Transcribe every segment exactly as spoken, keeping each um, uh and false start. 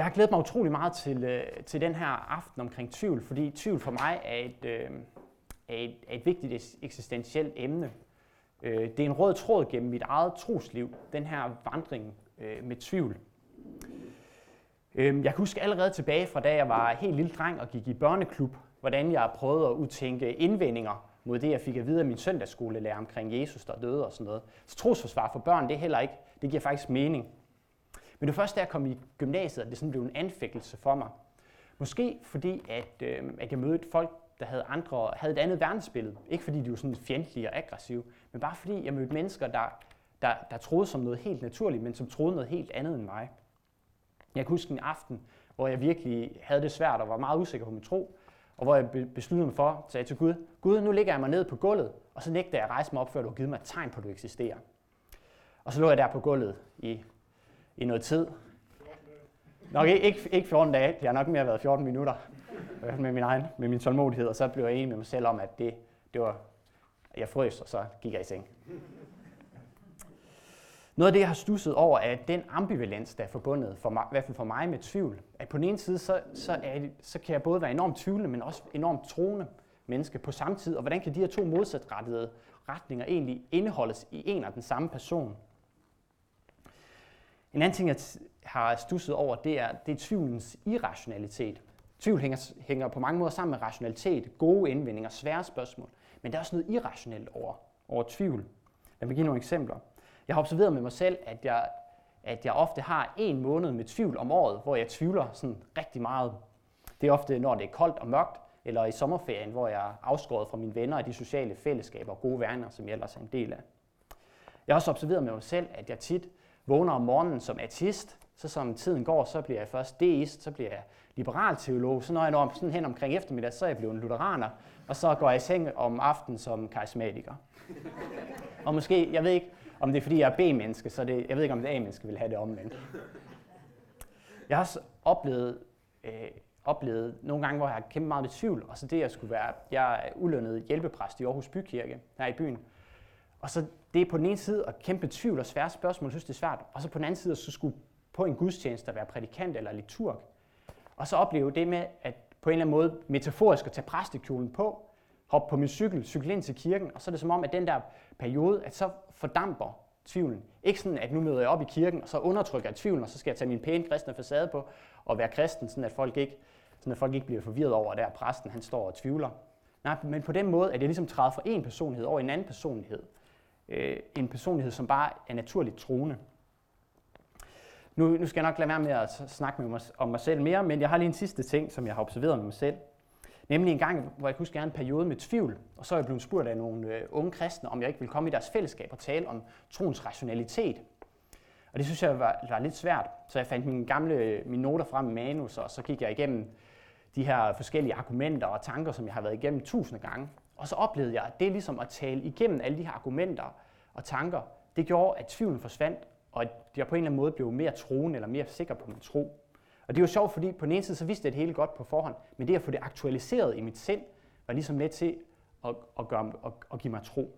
Jeg har glædet mig utrolig meget til, øh, til den her aften omkring tvivl, fordi tvivl for mig er et, øh, er et, er et vigtigt eksistentielt emne. Øh, det er en rød tråd gennem mit eget trosliv, den her vandring øh, med tvivl. Øh, jeg kan huske allerede tilbage fra da jeg var helt lille dreng og gik i børneklub, hvordan jeg prøvede at udtænke indvendinger mod det, jeg fik at vide af min søndagsskolelærer omkring Jesus, der døde og sådan noget. Så trosforsvar for børn, det er heller ikke, det giver faktisk mening. Men det var først, da jeg kom i gymnasiet, at det sådan blev en anfægtelse for mig. Måske fordi, at, øh, at jeg mødte folk, der havde, andre, havde et andet verdensbillede. Ikke fordi de var sådan fjendtlige og aggressive, men bare fordi jeg mødte mennesker, der, der, der troede som noget helt naturligt, men som troede noget helt andet end mig. Jeg kan huske en aften, hvor jeg virkelig havde det svært og var meget usikker på min tro, og hvor jeg besluttede mig for, sagde til Gud, Gud, nu ligger jeg mig ned på gulvet, og så nægter jeg at rejse mig op, før du har givet mig et tegn på, at du eksisterer. Og så lå jeg der på gulvet i, i noget tid. Nok ikke, ikke, ikke fjorten dage, det har nok mere været fjorten minutter med min egen, med min tålmodighed, og så blev jeg enig med mig selv om, at det, det var, jeg frøs, og så gik jeg i seng. Noget af det, jeg har studset over, er den ambivalens, der er forbundet, for mig, i hvert fald for mig, med tvivl. At på den ene side, så, så, er det, så kan jeg både være enormt tvivlende, men også enormt troende menneske på samme tid. Og hvordan kan de her to modsatrettede retninger egentlig indeholdes i en og den samme person? En anden ting, jeg har studset over, det er, det er tvivlens irrationalitet. Tvivl hænger, hænger på mange måder sammen med rationalitet, gode indvendinger, svære spørgsmål. Men der er også noget irrationelt over, over tvivl. Lad mig give nogle eksempler. Jeg har observeret med mig selv, at jeg, at jeg ofte har en måned med tvivl om året, hvor jeg tvivler sådan rigtig meget. Det er ofte, når det er koldt og mørkt, eller i sommerferien, hvor jeg er afskåret fra mine venner og de sociale fællesskaber og gode venner, som jeg ellers er en del af. Jeg har også observeret med mig selv, at jeg tit vågner om morgenen som ateist, så som tiden går, så bliver jeg først deist, så bliver jeg liberal teolog, så når jeg når sådan hen omkring eftermiddag, så er jeg blevet en lutheraner, og så går jeg i seng om aftenen som karismatiker. Og måske, jeg ved ikke, om det er fordi jeg er B-menneske, så det, jeg ved ikke, om det A-menneske vil have det omvendt. Jeg har også oplevet, øh, oplevet nogle gange, hvor jeg har kæmpet meget med tvivl, og så det, jeg skulle være, jeg er ulønnet hjælpepræst i Aarhus Bykirke, her i byen. Og så det er på den ene side at kæmpe tvivl og svære spørgsmål, jeg synes det er svært, og så på den anden side at så skulle på en gudstjeneste at være prædikant eller liturg. Og så opleve det med, at på en eller anden måde metaforisk at tage præstekjolen på, hoppe på min cykel, cykle ind til kirken, og så er det som om, at den der periode, at så fordamper tvivlen. Ikke sådan, at nu møder jeg op i kirken, og så undertrykker jeg tvivlen, og så skal jeg tage min pæne kristne facade på og være kristen, sådan at folk ikke, sådan at folk ikke bliver forvirret over, at der præsten han står og tvivler. Nej, men på den måde, at jeg ligesom træder fra en personlighed over en anden personlighed. Øh, en personlighed, som bare er naturligt troende. Nu, nu skal jeg nok lade være med at snakke med mig, om mig selv mere, men jeg har lige en sidste ting, som jeg har observeret med mig selv. Nemlig en gang, hvor jeg husker, jeg havde en periode med tvivl, og så er jeg blevet spurgt af nogle øh, unge kristne, om jeg ikke ville komme i deres fællesskab og tale om troens rationalitet. Og det synes jeg var, var lidt svært, så jeg fandt mine gamle mine noter frem med manus, og så gik jeg igennem de her forskellige argumenter og tanker, som jeg har været igennem tusinde gange. Og så oplevede jeg, at det ligesom at tale igennem alle de her argumenter og tanker, det gjorde, at tvivlen forsvandt, og at jeg på en eller anden måde blev mere troende eller mere sikker på min tro. Og det var sjovt, fordi på den ene side, så vidste jeg det hele godt på forhånd, men det at få det aktualiseret i mit sind, var ligesom med til at, at, gøre, at, at give mig tro.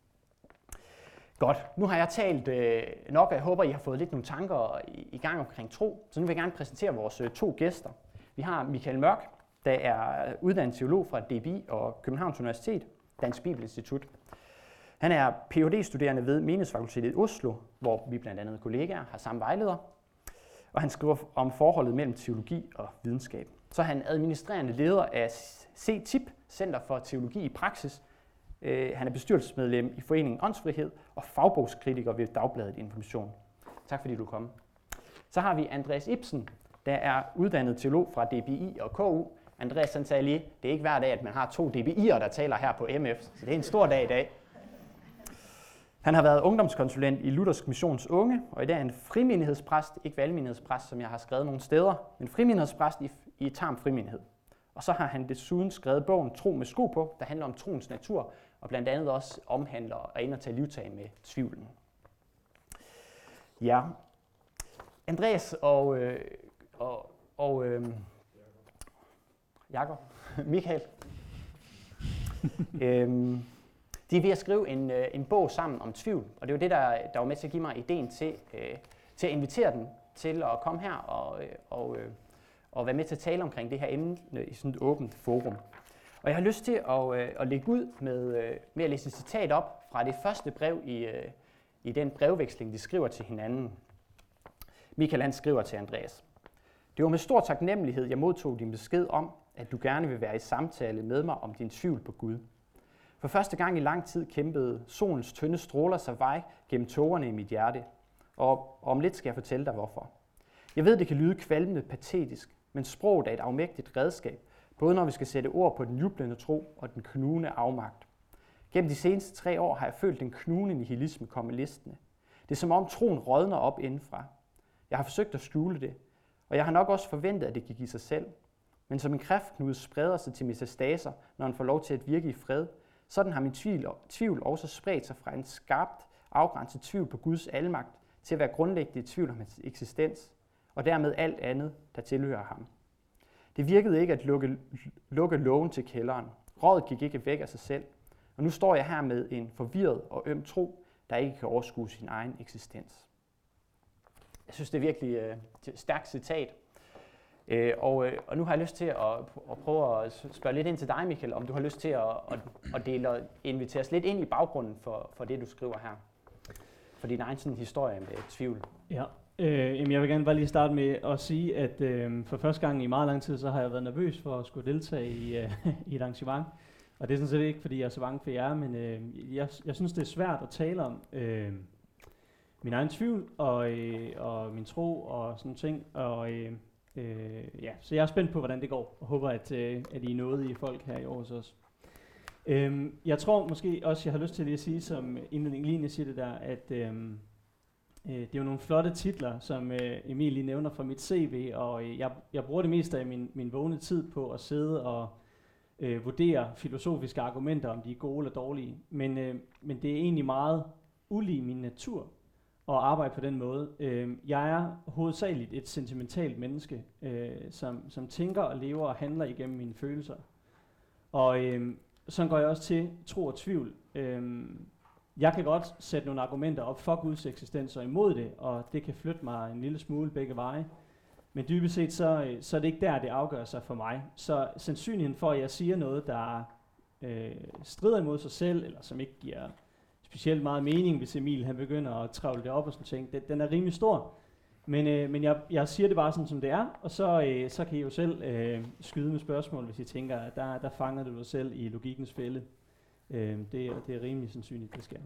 Godt, nu har jeg talt øh, nok, og jeg håber, I har fået lidt nogle tanker i, i gang omkring tro. Så nu vil jeg gerne præsentere vores øh, to gæster. Vi har Michael Mørk, der er uddannet teolog fra D B I og Københavns Universitet, Dansk Bibelinstitut. Han er P H D-studerende ved Menighedsfakultetet i Oslo, hvor vi blandt andet kollegaer har samme vejleder. Og han skriver om forholdet mellem teologi og videnskab. Så er han administrerende leder af C T I P, Center for Teologi i Praksis. Han er bestyrelsesmedlem i Foreningen Åndsfrihed og fagbogskritiker ved Dagbladet Information. Tak fordi du kom. Så har vi Andreas Ibsen, der er uddannet teolog fra D B I og K U. Andreas han sagde lige, det er ikke hver dag, at man har to D B I'er, der taler her på M F, så det er en stor dag i dag. Han har været ungdomskonsulent i Luthersk Missions Unge, og i dag er han frimenighedspræst, ikke valgmenighedspræst, som jeg har skrevet nogle steder, men frimenighedspræst i, i Tarm Frimenighed. Og så har han desuden skrevet bogen Tro med sko på, der handler om troens natur, og blandt andet også omhandler og er inde og tage livtag med tvivlen. Ja, Andreas og, øh, og, og øh, Jakob, Michael, øhm, de er ved at skrive en, øh, en bog sammen om tvivl, og det var det, der, der var med til at give mig ideen til, øh, til at invitere dem til at komme her og, og, og være med til at tale omkring det her emne i sådan et åbent forum. Og jeg har lyst til at, at lægge ud med, med at læse et citat op fra det første brev i, i den brevveksling, de skriver til hinanden. Michael han skriver til Andreas: Det var med stor taknemmelighed, jeg modtog din besked om, at du gerne vil være i samtale med mig om din tvivl på Gud. For første gang i lang tid kæmpede solens tynde stråler sig vej gennem tågerne i mit hjerte, og om lidt skal jeg fortælle dig hvorfor. Jeg ved, det kan lyde kvalmende patetisk, men sproget er et afmægtigt redskab, både når vi skal sætte ord på den jublende tro og den knugende afmagt. Gennem de seneste tre år har jeg følt den knugende nihilisme komme listende. Det er som om troen rådner op indenfra. Jeg har forsøgt at skjule det, og jeg har nok også forventet, at det kan give sig selv. Men som en kræftknude spreder sig til metastaser, når han får lov til at virke i fred, sådan har min tvivl, tvivl også spredt sig fra en skarpt afgrænset tvivl på Guds almagt til at være grundlæggende i tvivl om hans eksistens, og dermed alt andet, der tilhører ham. Det virkede ikke at lukke, lukke lågen til kælderen. Rådet gik ikke væk af sig selv, og nu står jeg her med en forvirret og øm tro, der ikke kan overskue sin egen eksistens. Jeg synes, det er virkelig øh, et stærkt citat. Øh, og, øh, og nu har jeg lyst til at, at prøve at spørge lidt ind til dig, Michael, om du har lyst til at, at, at dele og invitere os lidt ind i baggrunden for, for det, du skriver her. For din egen sådan, historie med tvivl. Ja, øh, jamen jeg vil gerne bare lige starte med at sige, at øh, for første gang i meget lang tid, så har jeg været nervøs for at skulle deltage i, øh, i et arrangement. Og det er sådan set ikke, fordi jeg er så bange for jer, men øh, jeg, jeg synes, det er svært at tale om øh, min egen tvivl og, øh, og min tro og sådan ting. Og, øh, øh, ja, så jeg er spændt på, hvordan det går, og håber, at, øh, at I er nået i folk her i år hos os. Øh, jeg tror måske også, jeg har lyst til lige at sige, som indledning lige siger det der, at øh, øh, det er jo nogle flotte titler, som øh, Emil lige nævner fra mit C V, og øh, jeg, jeg bruger det meste af min, min vågne tid på at sidde og Øh, vurdere filosofiske argumenter, om de er gode eller dårlige. Men, øh, men det er egentlig meget ulig min natur at arbejde på den måde. Øh, jeg er hovedsageligt et sentimentalt menneske, øh, som, som tænker og lever og handler igennem mine følelser. Og øh, sådan går jeg også til tro og tvivl. Øh, jeg kan godt sætte nogle argumenter op for Guds eksistens og imod det, og det kan flytte mig en lille smule begge veje. Men dybest set, så, så er det ikke der, det afgør sig for mig. Så sandsynligheden for, at jeg siger noget, der øh, strider imod sig selv, eller som ikke giver specielt meget mening, hvis Emil han begynder at travle det op og sådan ting, det, den er rimelig stor. Men, øh, men jeg, jeg siger det bare sådan, som det er, og så, øh, så kan I jo selv øh, skyde med spørgsmål, hvis I tænker, at der, der fanger du dig selv i logikkens fælde. Øh, det, det er rimelig sandsynligt, det sker.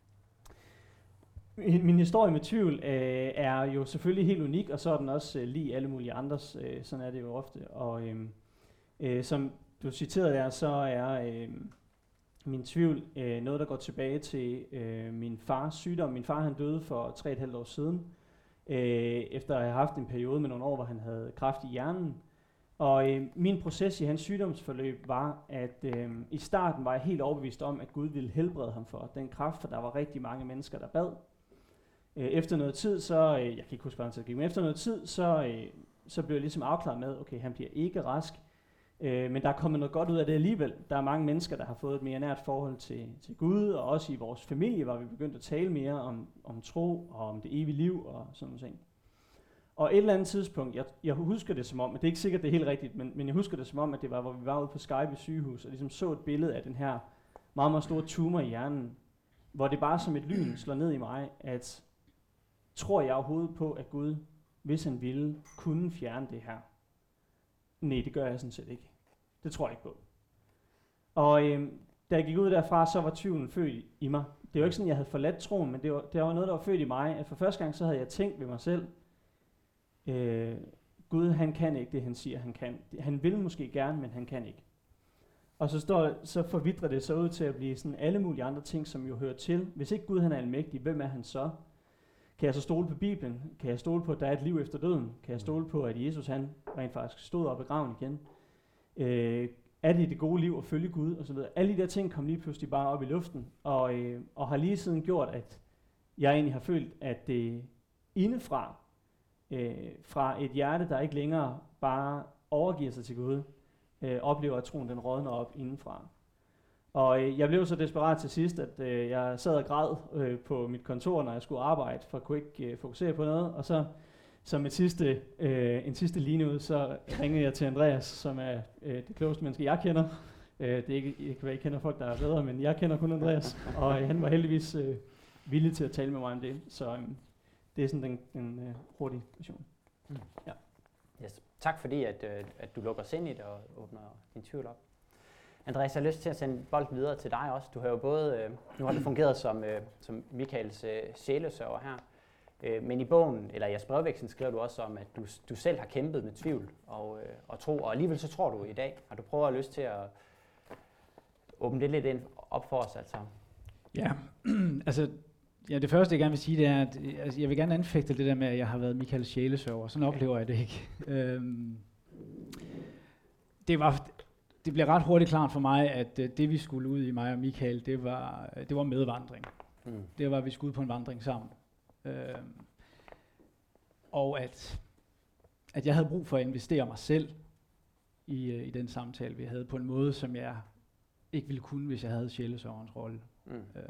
Min historie med tvivl øh, er jo selvfølgelig helt unik, og så er den også øh, lige alle mulige andres. Øh, sådan er det jo ofte. Og øh, øh, som du citerede der, så er øh, min tvivl øh, noget, der går tilbage til øh, min fars sygdom. Min far han døde for tre og et halvt år siden, øh, efter at have haft en periode med nogle år, hvor han havde kræft i hjernen. Og øh, min proces i hans sygdomsforløb var, at øh, i starten var jeg helt overbevist om, at Gud ville helbrede ham for den kræft, for der var rigtig mange mennesker, der bad. Efter noget tid, så, øh, jeg kan ikke huske, hvad han så gik, men efter noget tid, så, øh, så blev jeg ligesom afklaret med, okay, han bliver ikke rask, øh, men der er kommet noget godt ud af det alligevel. Der er mange mennesker, der har fået et mere nært forhold til, til Gud, og også i vores familie, hvor vi begyndte at tale mere om, om tro og om det evige liv og sådan noget. Og et eller andet tidspunkt, jeg, jeg husker det som om, og det er ikke sikkert, det er helt rigtigt, men, men jeg husker det som om, at det var, hvor vi var ude på Skype i sygehus, og ligesom så et billede af den her meget, meget store tumor i hjernen, hvor det bare som et lyn slår ned i mig, at tror jeg overhovedet på, at Gud, hvis han ville, kunne fjerne det her? Nej, det gør jeg sådan set ikke. Det tror jeg ikke på. Og øhm, da jeg gik ud derfra, så var tvivlen født i mig. Det var ikke sådan, jeg havde forladt troen, men det var, det var noget, der var født i mig, at for første gang, så havde jeg tænkt ved mig selv, øh, Gud, han kan ikke det, han siger, han kan. Han vil måske gerne, men han kan ikke. Og så, står, så forvidrer det så ud til at blive sådan alle mulige andre ting, som jo hører til. Hvis ikke Gud han er almægtig, hvem er han så? Kan jeg så stole på Bibelen? Kan jeg stole på, at der er et liv efter døden? Kan jeg stole på, at Jesus han rent faktisk stod op i graven igen? Øh, er det det gode liv at følge Gud? Og så videre. Alle de der ting kom lige pludselig bare op i luften, og, øh, og har lige siden gjort, at jeg egentlig har følt, at det indefra, øh, fra et hjerte, der ikke længere bare overgiver sig til Gud, øh, oplever, at troen den rådner op indenfra. Og øh, jeg blev så desperat til sidst, at øh, jeg sad og græd øh, på mit kontor, når jeg skulle arbejde, for at kunne ikke øh, fokusere på noget. Og så som et sidste, øh, en sidste line ud, så ringede jeg til Andreas, som er øh, det klogeste menneske, jeg kender. Øh, det er ikke, jeg kan være, ikke kender folk, der er bedre, men jeg kender kun Andreas, og øh, han var heldigvis øh, villig til at tale med mig om det. Så øh, det er sådan den, den øh, hurtige version. Mm. Ja. Yes. Tak fordi, at, øh, at du lukker os ind i det og åbner din tvivl op. Andreas, jeg har lyst til at sende bolden videre til dig også. Du har jo både, øh, nu har du fungeret som, øh, som Michaels øh, sjælesørger her, øh, men i bogen, eller i jeres brevvekslen, skriver du også om, at du, du selv har kæmpet med tvivl og, øh, og tro, og alligevel så tror du i dag. Har du prøvet at lyst til at åbne det lidt ind op for os? Altså? Ja, altså ja, det første, jeg gerne vil sige, det er, at altså, jeg vil gerne anfægte det der med, at jeg har været Michaels sjælesørger. Sådan oplever jeg det ikke. øhm, det var... Det blev ret hurtigt klart for mig, at uh, det vi skulle ud i, mig og Michael, det var, det var medvandring. Mm. Det var, at vi skulle ud på en vandring sammen. Uh, og at, at jeg havde brug for at investere mig selv i, uh, i den samtale, vi havde, på en måde, som jeg ikke ville kunne, hvis jeg havde sjælesørgerens rolle. Mm. Uh,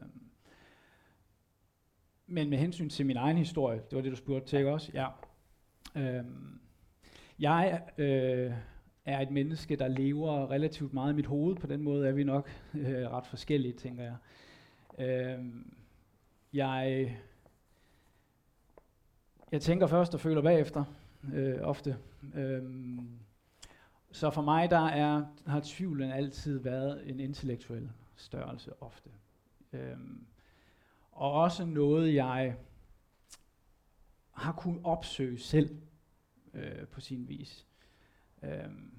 men med hensyn til min egen historie, det var det, du spurgte til, ikke også? Ja. Uh, jeg... Uh, er et menneske, der lever relativt meget i mit hoved. På den måde er vi nok øh, ret forskellige, tænker jeg. Øhm, jeg. Jeg tænker først og føler bagefter, øh, ofte. Øhm, så for mig, der er, har tvivlen altid været en intellektuel størrelse, ofte. Øhm, og også noget, jeg har kunnet opsøge selv, øh, på sin vis. Øhm,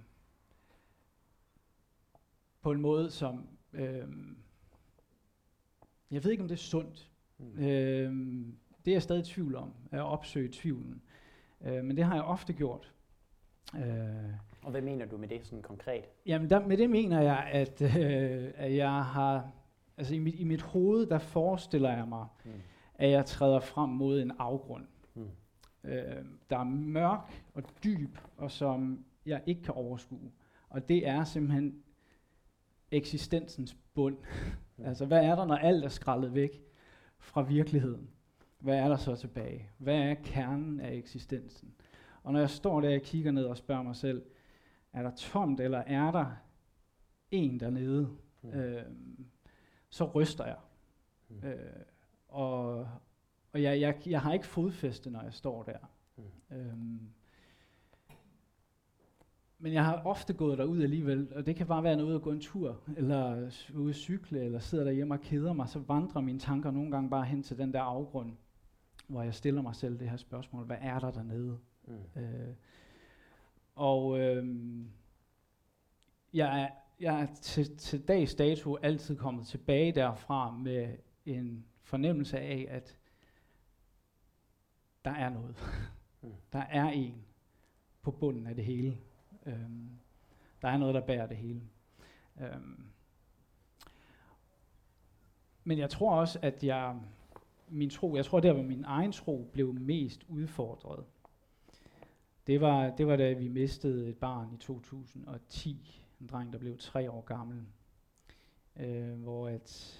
på en måde, som øhm, jeg ved ikke, om det er sundt. Mm. Øhm, det er jeg stadig i tvivl om, at opsøge tvivlen. Øh, men det har jeg ofte gjort. Øh, Og hvad mener du med det sådan konkret? Jamen, der, med det mener jeg, at, øh, at jeg har, altså i mit, i mit hoved, der forestiller jeg mig, mm. at jeg træder frem mod en afgrund. Mm. Øh, der er mørk og dyb, og som jeg ikke kan overskue. Og det er simpelthen eksistensens bund. Ja. Altså, hvad er der, når alt er skrællet væk fra virkeligheden? Hvad er der så tilbage? Hvad er kernen af eksistensen? Og når jeg står der og kigger ned og spørger mig selv, er der tomt, eller er der en dernede, mm. øh, så ryster jeg. Mm. Øh, og og jeg, jeg, jeg har ikke fodfæste, når jeg står der. Mm. Øhm, Men jeg har ofte gået derud alligevel, og det kan bare være noget at gå en tur, eller ude at cykle, eller sidder derhjemme og keder mig, så vandrer mine tanker nogle gange bare hen til den der afgrund, hvor jeg stiller mig selv det her spørgsmål, hvad er der dernede? Mm. Øh, og øhm, jeg er, jeg er til, til dags dato altid kommet tilbage derfra med en fornemmelse af, at der er noget. Mm. Der er en på bunden af det hele. Øhm, der er noget, der bærer det hele. Øhm. Men jeg tror også, at jeg, min tro, jeg tror der, hvor min egen tro blev mest udfordret, det var, det var da vi mistede et barn i to tusind og ti, en dreng, der blev tre år gammel, øh, hvor at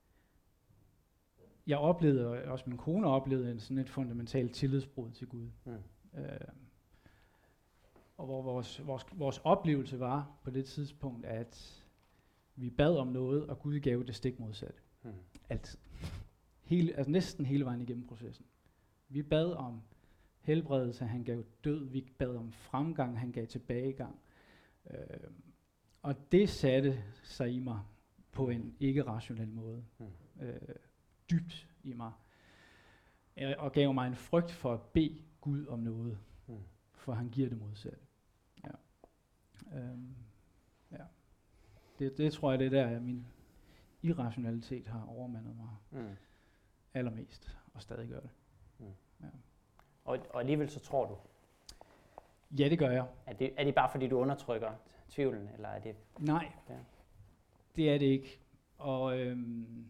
jeg oplevede, og også min kone oplevede, en sådan et fundamentalt tillidsbrud til Gud. Mm. Øh, Og hvor vores, vores, vores oplevelse var på det tidspunkt, at vi bad om noget, og Gud gav det stik modsatte. Hmm. Altid. Hele, altså næsten hele vejen igennem processen. Vi bad om helbredelse, han gav død. Vi bad om fremgang, han gav tilbagegang. Øh, og det satte sig i mig på en ikke-rationel måde. Hmm. Øh, dybt i mig. Og gav mig en frygt for at bede Gud om noget. Hmm. For han giver det modsatte. Ja. Øhm, ja. Det, det tror jeg, det er der, at min irrationalitet har overmandet mig mm. allermest, og stadig gør det. Mm. Ja. Og, og alligevel så tror du? Ja, det gør jeg. Er det, er det bare fordi, du undertrykker tvivlen, eller er det? Nej, ja. Det er det ikke. Og, øhm,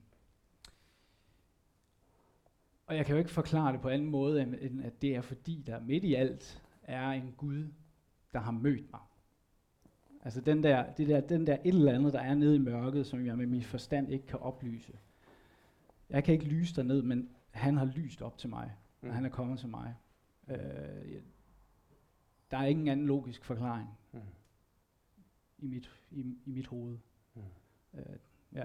og jeg kan jo ikke forklare det på anden måde, end at det er fordi, der midt i alt er en Gud, der har mødt mig. Altså den der, det der, den der et eller andet, der er nede i mørket, som jeg med min forstand ikke kan oplyse. Jeg kan ikke lyse derned, men han har lyst op til mig, mm. og han er kommet til mig. Øh, der er ingen anden logisk forklaring Mm. i, mit, i, i mit hoved. Mm. Øh, ja.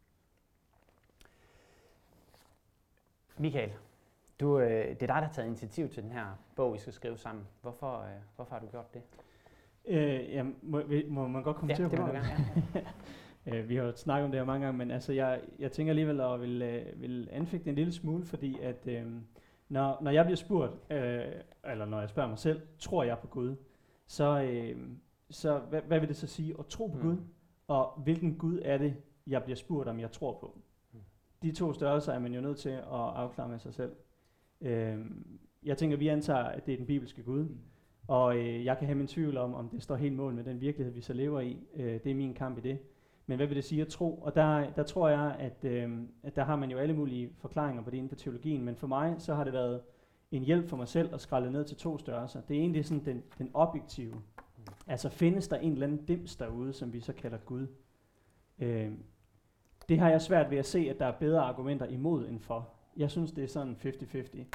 Michael, du, øh, det er dig, der har taget initiativ til den her bog, vi skal skrive sammen. Hvorfor, øh, hvorfor har du gjort det? Øh, ja, må, må man godt kommentere Ja, det på må du gerne. Ja. øh, vi har jo snakket om det her mange gange, men altså jeg, jeg tænker alligevel at vil, øh, vil anfægte en lille smule, fordi at øh, når, når jeg bliver spurgt, øh, eller når jeg spørger mig selv, tror jeg på Gud, så, øh, så hvad, hvad vil det så sige at tro på Mm. Gud, og hvilken Gud er det, jeg bliver spurgt om, jeg tror på? Mm. De to størrelser er man jo nødt til at afklare med sig selv. Øh, jeg tænker, vi antager, at det er den bibelske Gud, Mm. og øh, jeg kan have min tvivl om, om det står helt mål med den virkelighed, vi så lever i. Øh, det er min kamp i det. Men hvad vil det sige at tro? Og der, der tror jeg, at, øh, at der har man jo alle mulige forklaringer på det inden for teologien, men for mig, så har det været en hjælp for mig selv at skrælle ned til to størrelser. Det er egentlig sådan den, den objektive. Altså findes der en eller anden dims derude, som vi så kalder Gud? Øh, det har jeg svært ved at se, at der er bedre argumenter imod end for. Jeg synes, det er sådan halvtreds halvtreds.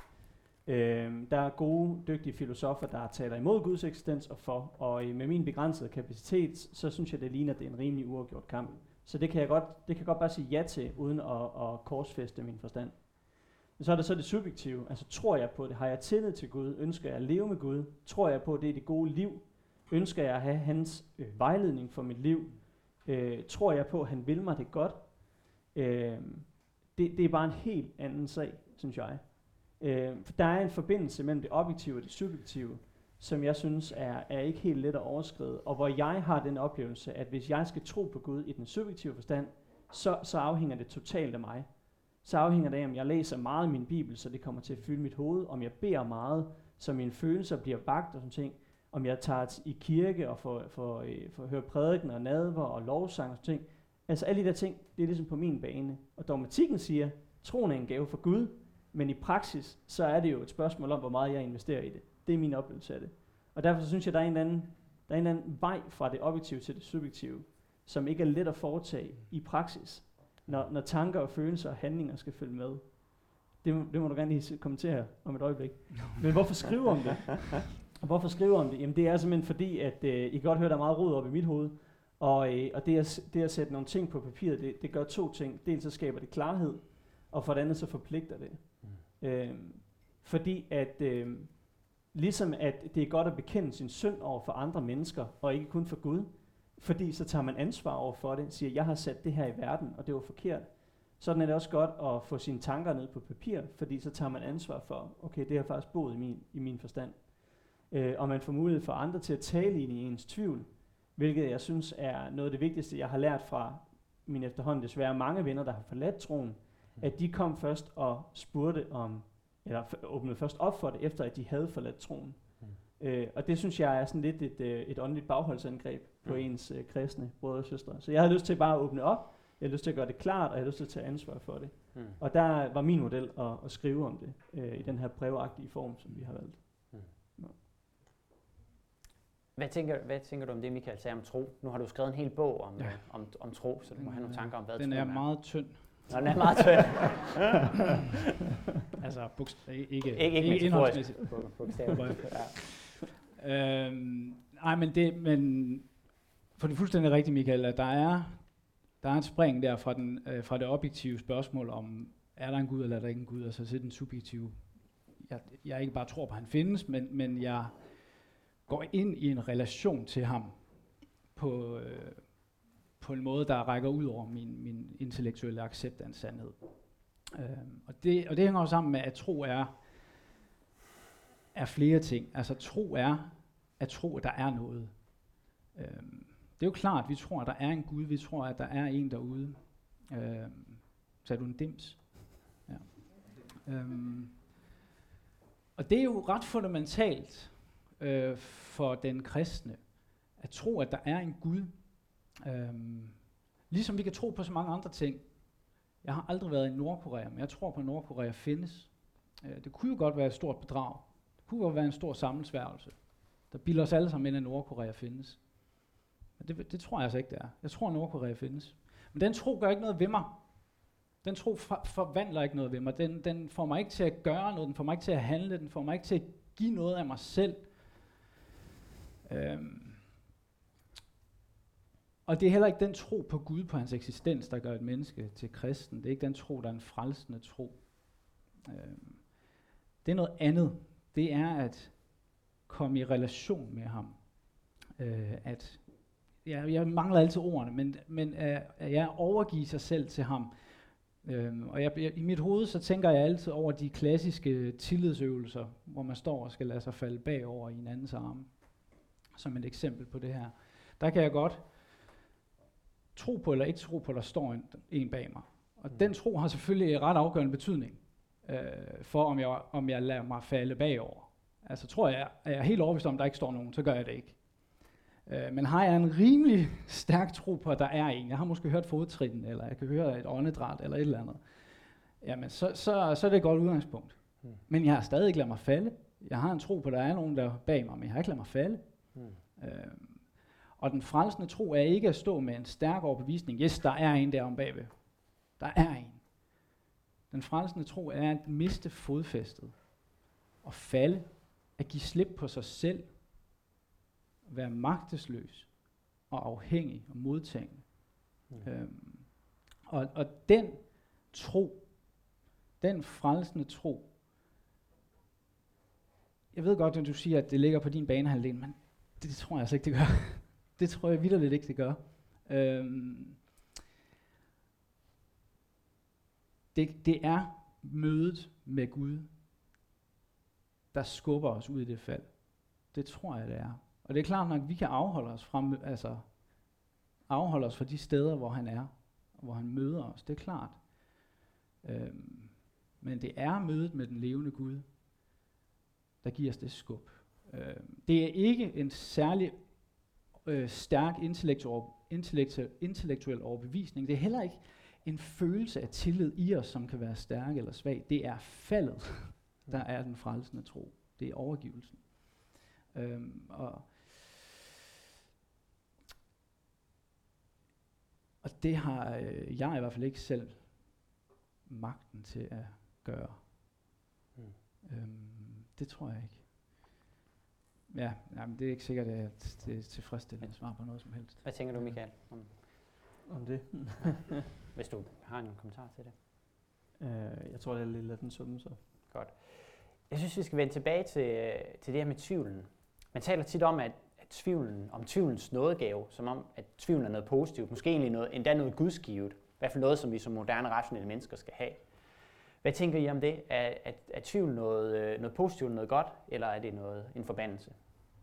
Øh, der er gode, dygtige filosofer, der taler imod Guds eksistens og for, og øh, med min begrænsede kapacitet, så synes jeg, det ligner, at det er en rimelig uafgjort kamp. Så det kan jeg godt, det kan jeg godt bare sige ja til, uden at, at korsfæste min forstand. Men så er der så det subjektive, altså tror jeg på det, har jeg tillid til Gud, ønsker jeg at leve med Gud, tror jeg på, det er det gode liv, ønsker jeg at have hans øh, vejledning for mit liv, øh, tror jeg på, at han vil mig det godt. Øh, det, det er bare en helt anden sag, synes jeg. Øh, for der er en forbindelse mellem det objektive og det subjektive, som jeg synes er, er ikke helt let at overskride, og hvor jeg har den oplevelse, at hvis jeg skal tro på Gud i den subjektive forstand, så, så afhænger det totalt af mig. Så afhænger det af, om jeg læser meget i min bibel, så det kommer til at fylde mit hoved, om jeg beder meget, så mine følelser bliver vagt og sådan ting, om jeg tager t- i kirke og får, får, øh, får høre prædiken og nadver og lovsang og sådan ting. Altså alle de der ting, det er ligesom på min bane. Og dogmatikken siger, troen er en gave fra Gud, men i praksis, så er det jo et spørgsmål om, hvor meget jeg investerer i det. Det er min oplevelse af det. Og derfor så synes jeg, der er en eller anden, der er en eller anden vej fra det objektive til det subjektive, som ikke er let at foretage i praksis, når, når tanker og følelser og handlinger skal følge med. Det, må- det må du gerne lige se- kommentere om et øjeblik. Men hvorfor skrive om det? Og hvorfor skrive om det? Jamen det er simpelthen fordi, at øh, I kan godt høre, der er meget rod op i mit hoved, og, øh, og det, at, s- det at sætte nogle ting på papiret, det, det gør to ting. Dels så skaber det klarhed, og for det andet så forpligter det. Mm. Øhm, fordi at øhm, ligesom at det er godt at bekende sin synd over for andre mennesker, og ikke kun for Gud, fordi så tager man ansvar over for det, siger, jeg har sat det her i verden, og det var forkert. Sådan er det også godt at få sine tanker ned på papir, fordi så tager man ansvar for, okay, det har faktisk boet i min, i min forstand. Øh, og man får mulighed for andre til at tale ind i ens tvivl, hvilket jeg synes er noget af det vigtigste, jeg har lært fra mine efterhånden desværre mange venner, der har forladt troen, at de kom først og spurgte om, eller f- åbnede først op for det, efter at de havde forladt troen. Mm. Øh, og det synes jeg er sådan lidt et, øh, et åndeligt bagholdsangreb på Mm. ens øh, kristne brødre og søstre. Så jeg havde lyst til bare at åbne op, jeg havde lyst til at gøre det klart, og jeg havde lyst til at tage ansvar for det. Mm. Og der var min model at, at skrive om det, øh, i den her brevagtige form, som vi har valgt. Hvad tænker, hvad tænker du om det, Michael sagde om tro? Nu har du skrevet en hel bog om, Ja. ja. om, om tro, så du må have nogle tanker om, hvad Den troen er meget tynd. Nå, den er meget tynd. Altså bogst- ikke, ikke, ikke ikke metaforisk. indholdsmæssigt. Bog- bogstaveligt. Ja. Øhm, nej, men det, men for det er fuldstændig rigtigt, Michael, at der er, der er et spring der fra, den, øh, fra det objektive spørgsmål om, er der en Gud eller er der ikke en Gud, og så til den subjektive. Jeg, jeg ikke bare tror på, at han findes, men, men jeg går ind i en relation til ham på, øh, på en måde, der rækker ud over min, min intellektuelle accept af en sandhed. Øhm, og, det, og det hænger også sammen med, at tro er, er flere ting. Altså tro er at tro, at der er noget. Øhm, det er jo klart, at vi tror, at der er en Gud. Vi tror, at der er en derude. Øhm, så er du en dims. Ja. Øhm, og det er jo ret fundamentalt øh, for den kristne, at tro, at der er en Gud. Øhm, ligesom vi kan tro på så mange andre ting. Jeg har aldrig været i Nordkorea, men jeg tror på, at Nordkorea findes. Øh, det kunne jo godt være et stort bedrag. Det kunne godt være en stor sammensværgelse, der bilder os alle sammen ind, at Nordkorea findes. Men det, det tror jeg altså ikke, det er. Jeg tror, at Nordkorea findes. Men den tro gør ikke noget ved mig. Den tro for, forvandler ikke noget ved mig. Den, den får mig ikke til at gøre noget. Den får mig ikke til at handle. Den får mig ikke til at give noget af mig selv. Øhm. Og det er heller ikke den tro på Gud, på hans eksistens, der gør et menneske til kristen. Det er ikke den tro, der er en frelsende tro. Øhm. Det er noget andet. Det er at komme i relation med ham. Øh, at ja, jeg mangler altid ordene, men, men at, at jeg overgiver sig selv til ham. Øhm, og jeg, jeg, i mit hoved så tænker jeg altid over de klassiske tillidsøvelser, hvor man står og skal lade sig falde bagover i en andens arme, som et eksempel på det her. Der kan jeg godt tro på eller ikke tro på, at der står en, en bag mig. Og mm. den tro har selvfølgelig ret afgørende betydning øh, for, om jeg, om jeg lader mig falde bagover. Altså tror jeg, er jeg helt overbevist om, at der ikke står nogen, så gør jeg det ikke. Øh, men har jeg en rimelig stærk tro på, at der er en, jeg har måske hørt fodtritten, eller jeg kan høre et åndedræt, eller et eller andet, jamen så, så, så er det et godt udgangspunkt. Mm. Men jeg har stadig ikke ladet mig falde. Jeg har en tro på, at der er nogen, der er bag mig, men jeg har ikke ladet mig falde. Mm. Øh, og den frelsende tro er ikke at stå med en stærk overbevisning. Yes, der er en derom bagved. Der er en. Den frelsende tro er at miste fodfæstet, og falde, at give slip på sig selv, være magtesløs og afhængig og modtagende. Mm. Øhm, og, og den tro, den frelsende tro, jeg ved godt, at du siger, at det ligger på din banehalvdel, men det, det tror jeg altså ikke, det gør. Det tror jeg vitterligt ikke, det gør. Øhm, det, det er mødet med Gud, der skubber os ud i det fald. Det tror jeg, det er. Og det er klart nok, at vi kan afholde os fra, altså, afholde os fra de steder, hvor han er, hvor han møder os. Det er klart. Øhm, men det er mødet med den levende Gud, der giver os det skub. Øhm, det er ikke en særlig øh, stærk intellektuel, intellektuel, intellektuel overbevisning. Det er heller ikke en følelse af tillid i os, som kan være stærk eller svag. Det er faldet, der er den frelsende tro. Det er overgivelsen. Øhm, og, og det har øh, jeg i hvert fald ikke selv magten til at gøre. Mm. Øhm, det tror jeg ikke. Ja, jamen, det er ikke sikkert, at det er tilfredsstillende svar på noget som helst. Hvad tænker du, Michael, om, om det? Hvis du har en kommentar til det. Uh, jeg tror, det er lidt af den summe, så. Godt. Jeg synes, vi skal vende tilbage til, til det her med tvivlen. Man taler tit om, at, at tvivlen, om tvivlens nådegave, som om, at tvivlen er noget positivt, måske egentlig noget, endda noget gudsgivet. I hvert fald noget, som vi som moderne, rationelle mennesker skal have. Hvad tænker I om det? Er, er, er tvivl noget, noget positivt, noget godt, eller er det noget, en forbandelse?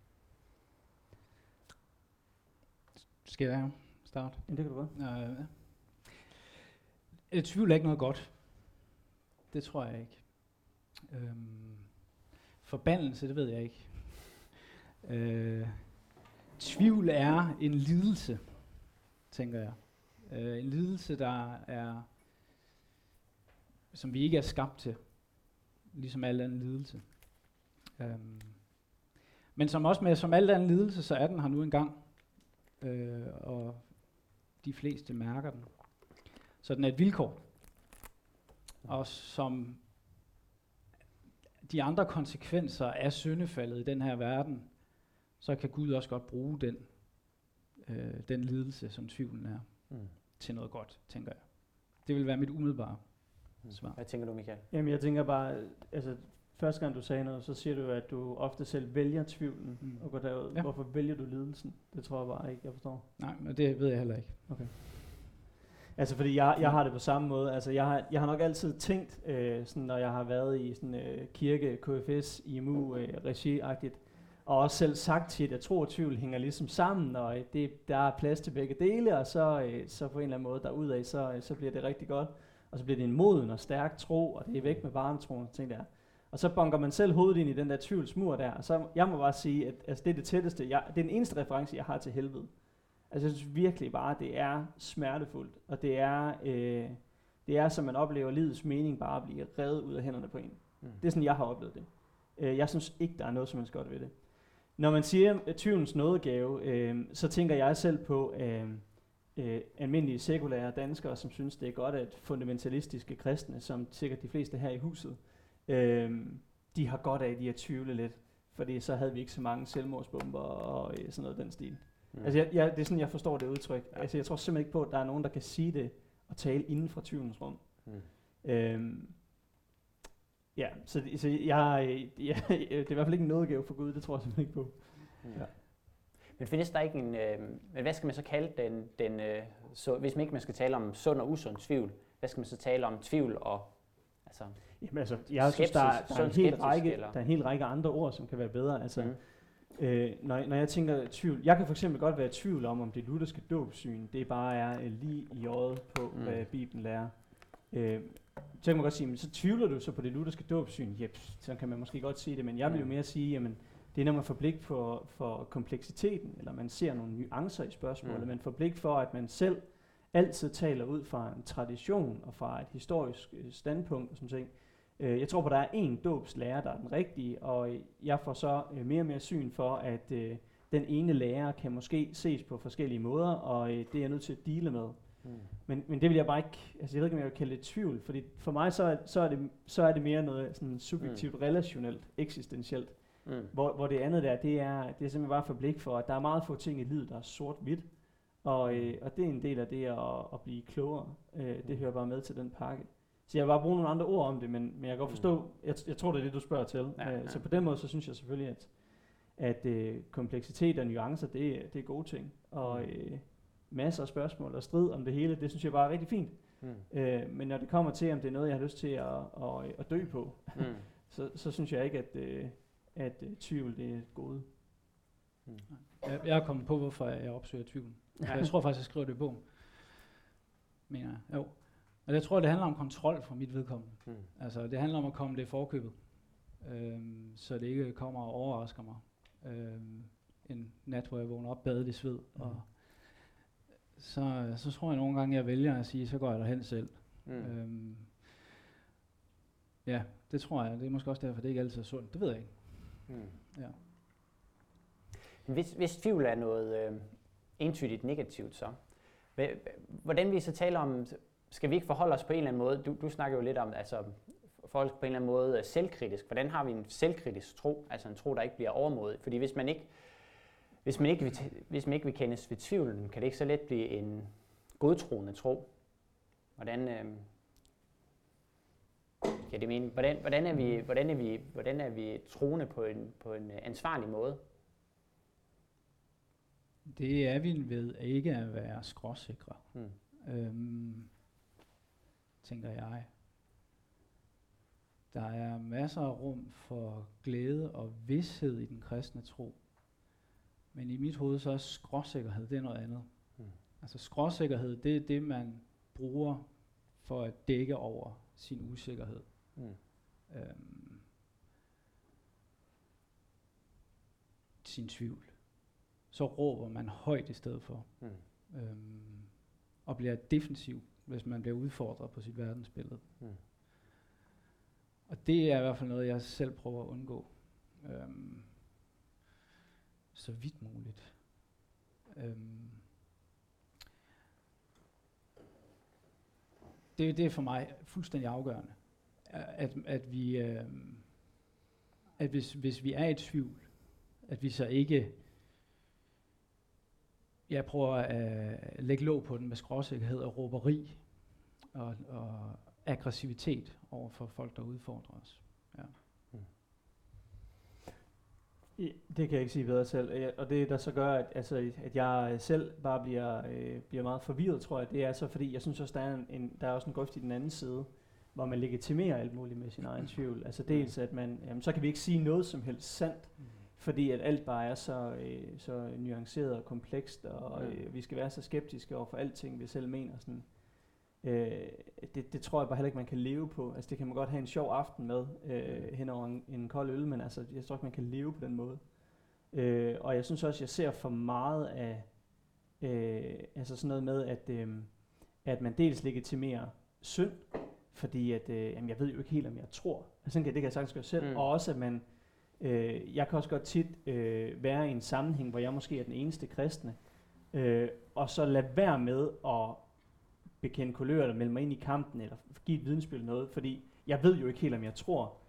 Skal jeg starte? Ja, det kan du godt. Øh, ja. Tvivl er ikke noget godt. Det tror jeg ikke. Øhm, forbandelse, det ved jeg ikke. Øh, tvivl er en lidelse, tænker jeg. Øh, en lidelse, der er, som vi ikke er skabt til, ligesom al anden lidelse. Øhm, men som også med som al anden lidelse, så er den her nu engang, øh, og de fleste mærker den. Så den er et vilkår. Og som de andre konsekvenser af syndefaldet i den her verden, så kan Gud også godt bruge den, øh, den lidelse, som tvivlen er, mm. til noget godt, tænker jeg. Det vil være mit umiddelbare mm. svar. Hvad tænker du, Michael? Jamen, jeg tænker bare, altså, første gang du sagde noget, så siger du, at du ofte selv vælger tvivlen mm. og går derud. Ja. Hvorfor vælger du lidelsen? Det tror jeg bare ikke, jeg forstår. Nej, men det ved jeg heller ikke. Okay. Altså, fordi jeg, jeg har det på samme måde. Altså, jeg har, jeg har nok altid tænkt, øh, sådan, når jeg har været i sådan øh, kirke, K F S, I M U, øh, regi-agtigt, og også selv sagt tit, at tro og tvivl hænger ligesom sammen, og det, der er plads til begge dele, og så, øh, så på en eller anden måde derudad, så, øh, så bliver det rigtig godt. Og så bliver det en moden og stærk tro, og det er væk med barnetroen, ting der. Og så bunker man selv hovedet ind i den der tvivlsmur der, og så jeg må bare sige, at altså, det er det tætteste, jeg, det er den eneste reference, jeg har til helvede. Altså jeg synes virkelig bare, at det er smertefuldt, og det er, øh, det er som man oplever livets mening bare at blive revet ud af hænderne på en. Mm. Det er sådan, jeg har oplevet det. Uh, jeg synes ikke, der er noget som helst godt ved det. Når man siger uh, tvivlens nådegave, øh, så tænker jeg selv på øh, øh, almindelige sekulære danskere, som synes, det er godt, at fundamentalistiske kristne, som sikkert de fleste her i huset, øh, de har godt af de at tvivle lidt, fordi så havde vi ikke så mange selvmordsbomber og øh, sådan noget den stil. Mm. Altså jeg, jeg, det er sådan, jeg forstår det udtryk. Ja. Altså jeg tror simpelthen ikke på, at der er nogen, der kan sige det og tale inden for tvivlens rum. Mm. Øhm, ja, så, så jeg, jeg, det er i hvert fald ikke en nådegave for Gud, det tror jeg simpelthen ikke på. Mm. Ja. Men findes der ikke en, øh, men hvad skal man så kalde den, den øh, så, hvis man ikke man skal tale om sund og usund tvivl, hvad skal man så tale om tvivl og altså, jamen, altså jeg skepsis, synes, der, er, der, er en hel række, der er en hel række andre ord, som kan være bedre. Altså, mm. øh, når, når jeg tænker tvivl, jeg kan for eksempel godt være i tvivl om, om det lutherske dåbssyn, det bare er øh, lige i øjet på, mm. hvad Bibelen lærer. Øh, så kan man godt sige, men så tvivler du så på det lutherske dåbssyn, yep, så kan man måske godt sige det, men jeg vil jo mere sige, jamen, det er, når man får blik for, for kompleksiteten, eller man ser nogle nuancer i spørgsmålet, mm. man får blik for, at man selv altid taler ud fra en tradition og fra et historisk standpunkt og sådan ting. Jeg tror på, at der er én dåbslærer, der er den rigtige, og jeg får så mere og mere syn for, at den ene lærer kan måske ses på forskellige måder, og det er jeg nødt til at deale med. Mm. Men, men det vil jeg bare ikke, altså jeg ved ikke, om jeg vil kalde det tvivl, fordi for mig så er, så er, det, så er det mere noget sådan subjektivt, mm. relationelt, eksistentielt. Mm. Hvor, hvor det andet der, det er, det er simpelthen bare for blik for, at der er meget få ting i livet, der er sort-hvidt. Og, øh, og det er en del af det at, at blive klogere. Øh, det hører bare med til den pakke. Så jeg vil bare bruge nogle andre ord om det, men, men jeg kan godt forstå, jeg, jeg tror det er det, du spørger til. Ja, ja. Så på den måde, så synes jeg selvfølgelig, at, at øh, kompleksitet og nuancer, det, det er gode ting. Og øh, masser af spørgsmål og strid om det hele, det synes jeg bare er rigtig fint. Mm. Øh, men når det kommer til, om det er noget, jeg har lyst til at, at, at dø på, mm. så, så synes jeg ikke, at... Øh, at uh, tvivl det er et gode. Hmm. Jeg, jeg er kommet på, hvorfor jeg opsøger tvivlen. Ja. Jeg tror faktisk, jeg skriver det i bogen. Mener jeg. Jo. Og jeg tror, det handler om kontrol for mit vedkommende. Hmm. Altså, det handler om at komme det i forkøbet. Øhm, så det ikke kommer og overrasker mig. Øhm, en nat, hvor jeg vågner op, badet i sved. Hmm. Og så, så tror jeg nogle gange, jeg vælger at sige, så går jeg derhen selv. Hmm. Øhm, ja, det tror jeg. Det er måske også derfor, det ikke altid er sundt. Det ved jeg ikke. Hmm. Ja. Hvis, hvis tvivl er noget øh, entydigt negativt, så hvordan vi så taler om, skal vi ikke forholde os på en eller anden måde? Du, du snakker jo lidt om, altså forhold på en eller anden måde selvkritisk. Hvordan har vi en selvkritisk tro, altså en tro, der ikke bliver overmodig? Fordi hvis man ikke, hvis man ikke, vil, hvis man ikke vil kendes ved tvivlen, kan det ikke så let blive en godtroende tro. Hvordan øh, Ja, det mener, hvordan, hvordan, er vi, hvordan, er vi, hvordan er vi troende på en, på en ansvarlig måde? Det er vi ved ikke at være skråsikre, hmm. øhm, tænker jeg. Der er masser af rum for glæde og vished i den kristne tro. Men i mit hoved så er skråsikkerhed, det er noget andet. Hmm. Altså skråsikkerhed, det er det, man bruger for at dække over sin usikkerhed. Mm. Øhm, sin tvivl. Så råber man højt i stedet for. Mm. Øhm, og bliver defensiv, hvis man bliver udfordret på sit verdensbillede. Mm. Og det er i hvert fald noget, jeg selv prøver at undgå. Øhm, så vidt muligt. Øhm, Det, det er for mig fuldstændig afgørende, at, at vi, øh, at hvis, hvis vi er i tvivl, at vi så ikke, jeg prøver at lægge låg på den med skråsikkerhed og råberi og, og aggressivitet over for folk, der udfordrer os. Ja. Hmm. Det kan jeg ikke sige bedre selv, og det der så gør, at, altså, at jeg selv bare bliver, øh, bliver meget forvirret, tror jeg, det er så fordi, jeg synes også, der er, en, der er også en grøft i den anden side, hvor man legitimerer alt muligt med sin egen tvivl. Altså dels, at man, jamen, så kan vi ikke sige noget som helst sandt, mm. fordi at alt bare er så, øh, så nuanceret og komplekst, og øh, vi skal være så skeptiske over for alting, vi selv mener. Sådan. Øh, det, det tror jeg bare heller ikke, man kan leve på. Altså det kan man godt have en sjov aften med øh, hen over en, en kold øl, men altså, jeg tror ikke, man kan leve på den måde. Øh, og jeg synes også, jeg ser for meget af øh, altså sådan noget med, at, øh, at man dels legitimerer synd, fordi at, øh, jamen jeg ved jo ikke helt, om jeg tror. Altså det kan jeg sagtens gøre selv. Mm. Og også, at man, øh, jeg kan også godt tit øh, være i en sammenhæng, hvor jeg måske er den eneste kristne, øh, og så lade være med at bekende kulør, eller melde mig ind i kampen, eller give et vidensbyrd noget, fordi jeg ved jo ikke helt, om jeg tror.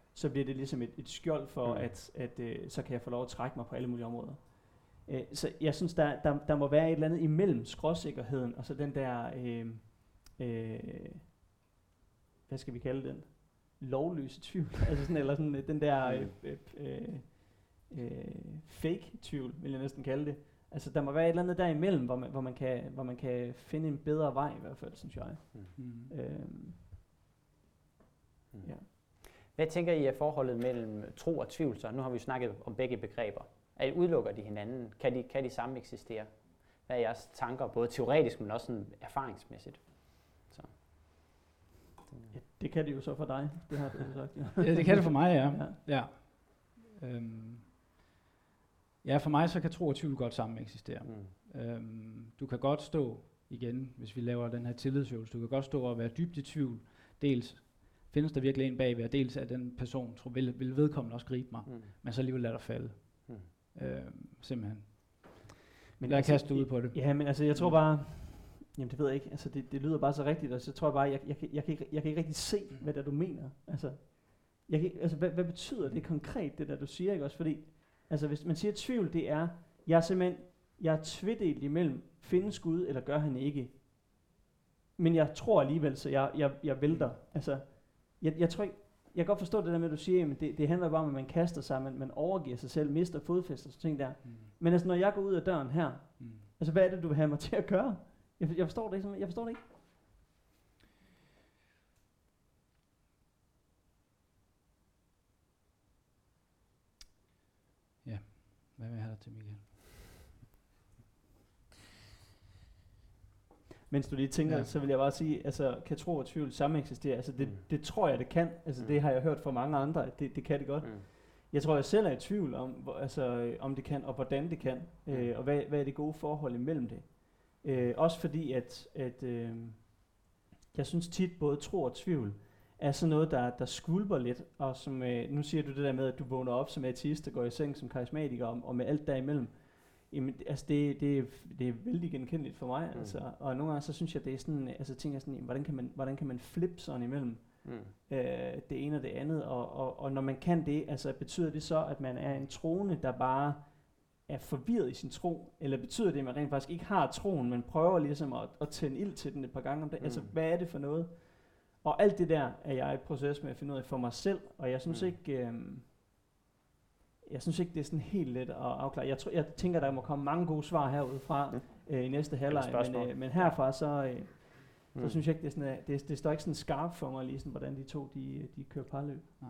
så bliver det ligesom et, et skjold for, Mm. at, at øh, så kan jeg få lov at trække mig på alle mulige områder. Øh, så jeg synes, der, der, der må være et eller andet imellem skråsikkerheden, og så den der, øh, øh, hvad skal vi kalde den? Lovløse tvivl. altså sådan, eller sådan øh, den der øh, øh, øh, øh, fake tvivl, vil jeg næsten kalde det. Altså der må være et eller andet derimellem, hvor man, hvor man, kan, hvor man kan finde en bedre vej i hvert fald, synes jeg. Mm. Øhm, Mm. ja. Hvad tænker I er forholdet mellem tro og tvivl? Så nu har vi jo snakket om begge begreber. Er, udelukker de hinanden? Kan de, kan de samme eksistere? Hvad er jeres tanker, både teoretisk, men også sådan erfaringsmæssigt? Så. Ja, det kan det jo så for dig, det har du jo sagt. Ja, Ja, det kan det for mig, ja. Ja. Ja, øhm. ja for mig så kan tro og tvivl godt sammen eksistere. Mm. Øhm, du kan godt stå, igen, hvis vi laver den her tillidsøvelse, du kan godt stå og være dybt i tvivl. Dels findes der virkelig en bagved, og dels at den person tror, vil, vil vedkommende også gribe mig, Mm. men så alligevel lader dig falde. Mm. Øhm, simpelthen. Men Lad altså, kaste ud på det. Ja, men altså jeg tror bare, jamen det ved jeg ikke, altså det, det lyder bare så rigtigt, og så tror jeg bare, jeg, jeg, jeg, jeg, kan, ikke, jeg kan ikke rigtig se, hvad det er, du mener. Altså, jeg kan, ikke- altså hvad, hvad betyder det konkret, det der du siger, ikke også? Fordi, altså hvis man siger tvivl, det er, jeg er simpelthen, jeg er tvedelt imellem, findes Gud, eller gør han ikke? Men jeg tror alligevel, så jeg, jeg, jeg vælter. Altså, jeg, jeg tror ikke, jeg kan godt forstå det der med, at du siger, at det, det handler bare om, at man kaster sig, man, man overgiver sig selv, mister fodfæste og sådan ting der. Mm. Men altså, når jeg går ud af døren her, Mm. altså hvad er det, du vil have mig til at gøre? Jeg, jeg forstår det ikke. simpelthen. Jeg forstår det ikke. Hvad vil jeg have dig til, Michael? Mens du lige tænker, Ja. ja. så vil jeg bare sige, altså kan tro og tvivl samme eksistere? Altså det, Mm. det tror jeg, det kan. Altså Mm. det har jeg hørt fra mange andre, at det, det kan det godt. Mm. Jeg tror, jeg selv er i tvivl om, hvor, altså, øh, om det kan, og hvordan det kan, Mm. øh, og hvad, hvad er det gode forhold imellem det. Øh, også fordi, at, at øh, jeg synes tit, både tro og tvivl er sådan noget, der, der skvulper lidt, og som, øh, nu siger du det der med, at du vågner op som ateist og går i seng som karismatiker, og, og med alt derimellem. Jamen, altså det, det, er, det er vældig genkendeligt for mig, Mm. altså, og nogle gange så synes jeg, det er sådan, altså tænker jeg sådan, jamen, hvordan kan man, hvordan kan man flippe sådan imellem Mm. øh, det ene og det andet, og, og, og når man kan det, altså betyder det så, at man er en troende, der bare er forvirret i sin tro, eller betyder det, at man rent faktisk ikke har troen, men prøver ligesom at, at tænde ild til den et par gange om det, Mm. altså hvad er det for noget? Og alt det der er jeg i proces med at finde ud af for mig selv, og jeg synes Mm. ikke, øh, jeg synes ikke, det er sådan helt let at afklare. Jeg, tror, jeg tænker, der må komme mange gode svar herudefra Mm. øh, i næste halvleg, spørgsmål. men, øh, men herfra så, øh, Mm. så synes jeg ikke, det, er sådan, at det, det står ikke sådan skarpt for mig, lige sådan, hvordan de to de, de kører parløb. Mm.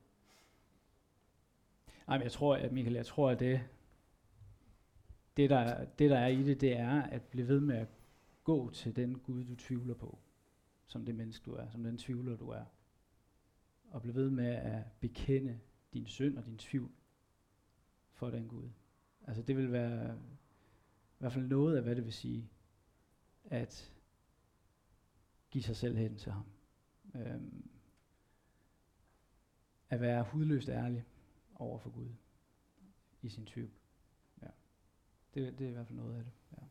Nej, men jeg tror, at Michael, jeg tror, at det, det, der, det, der er i det, det er at blive ved med at gå til den Gud, du tvivler på, som det menneske, du er, som den tvivler, du er. Og blive ved med at bekende din synd og din tvivl for den Gud. Altså det vil være i hvert fald noget af, hvad det vil sige, at give sig selv hen til ham. Øhm, at være hudløst ærlig over for Gud i sin tvivl. Ja. Det, det er i hvert fald noget af det. Ja.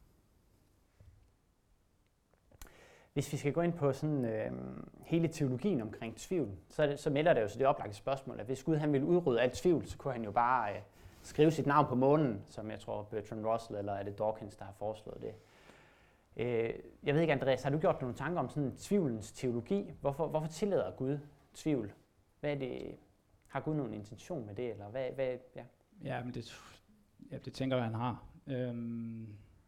Hvis vi skal gå ind på sådan øh, hele teologien omkring tvivl, så, er det, så melder det jo så det oplagte spørgsmål, at hvis Gud han ville udrydde alt tvivl, så kunne han jo bare øh, skrive sit navn på månen, som jeg tror Bertrand Russell eller er det Dawkins, der har foreslået det. Øh, jeg ved ikke, Andreas, har du gjort nogle tanker om sådan tvivlens teologi? Hvorfor, hvorfor tillader Gud tvivl? Hvad er det? Har Gud nogen intention med det, eller hvad? hvad ja. Ja, men det, ja, det tænker jeg, han har. Øhm,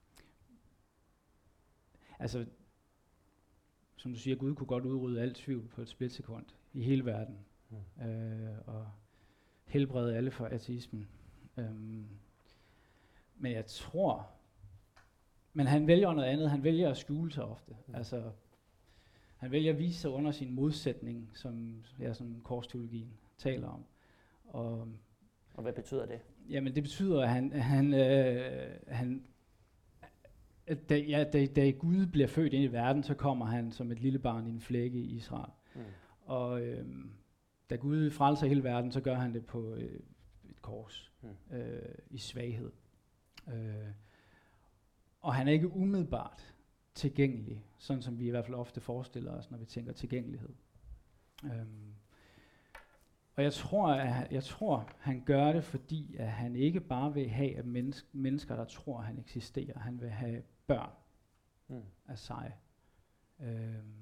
altså, som du siger, Gud kunne godt udrydde alt tvivl på et splitsekund i hele verden. Mm. Øh, og helbrede alle for ateismen. Øhm, men jeg tror, men han vælger noget andet. Han vælger at skjule sig ofte. Mm. Altså, han vælger at vise sig under sin modsætning, som, ja, som korsteologien taler om. Og, og hvad betyder det? Jamen det betyder, at han, han, øh, han at da, ja, da, da Gud bliver født ind i verden, så kommer han som et lille barn i en flække i Israel. Mm. Og øh, da Gud frelser hele verden, så gør han det på øh, et kors mm. øh, i svaghed. Øh, og han er ikke umiddelbart tilgængelig, sådan som vi i hvert fald ofte forestiller os, når vi tænker tilgængelighed. Øhm, Og jeg tror, at, jeg tror, han gør det, fordi at han ikke bare vil have at menneske, mennesker, der tror, at han eksisterer. Han vil have børn mm. af sig. Øhm.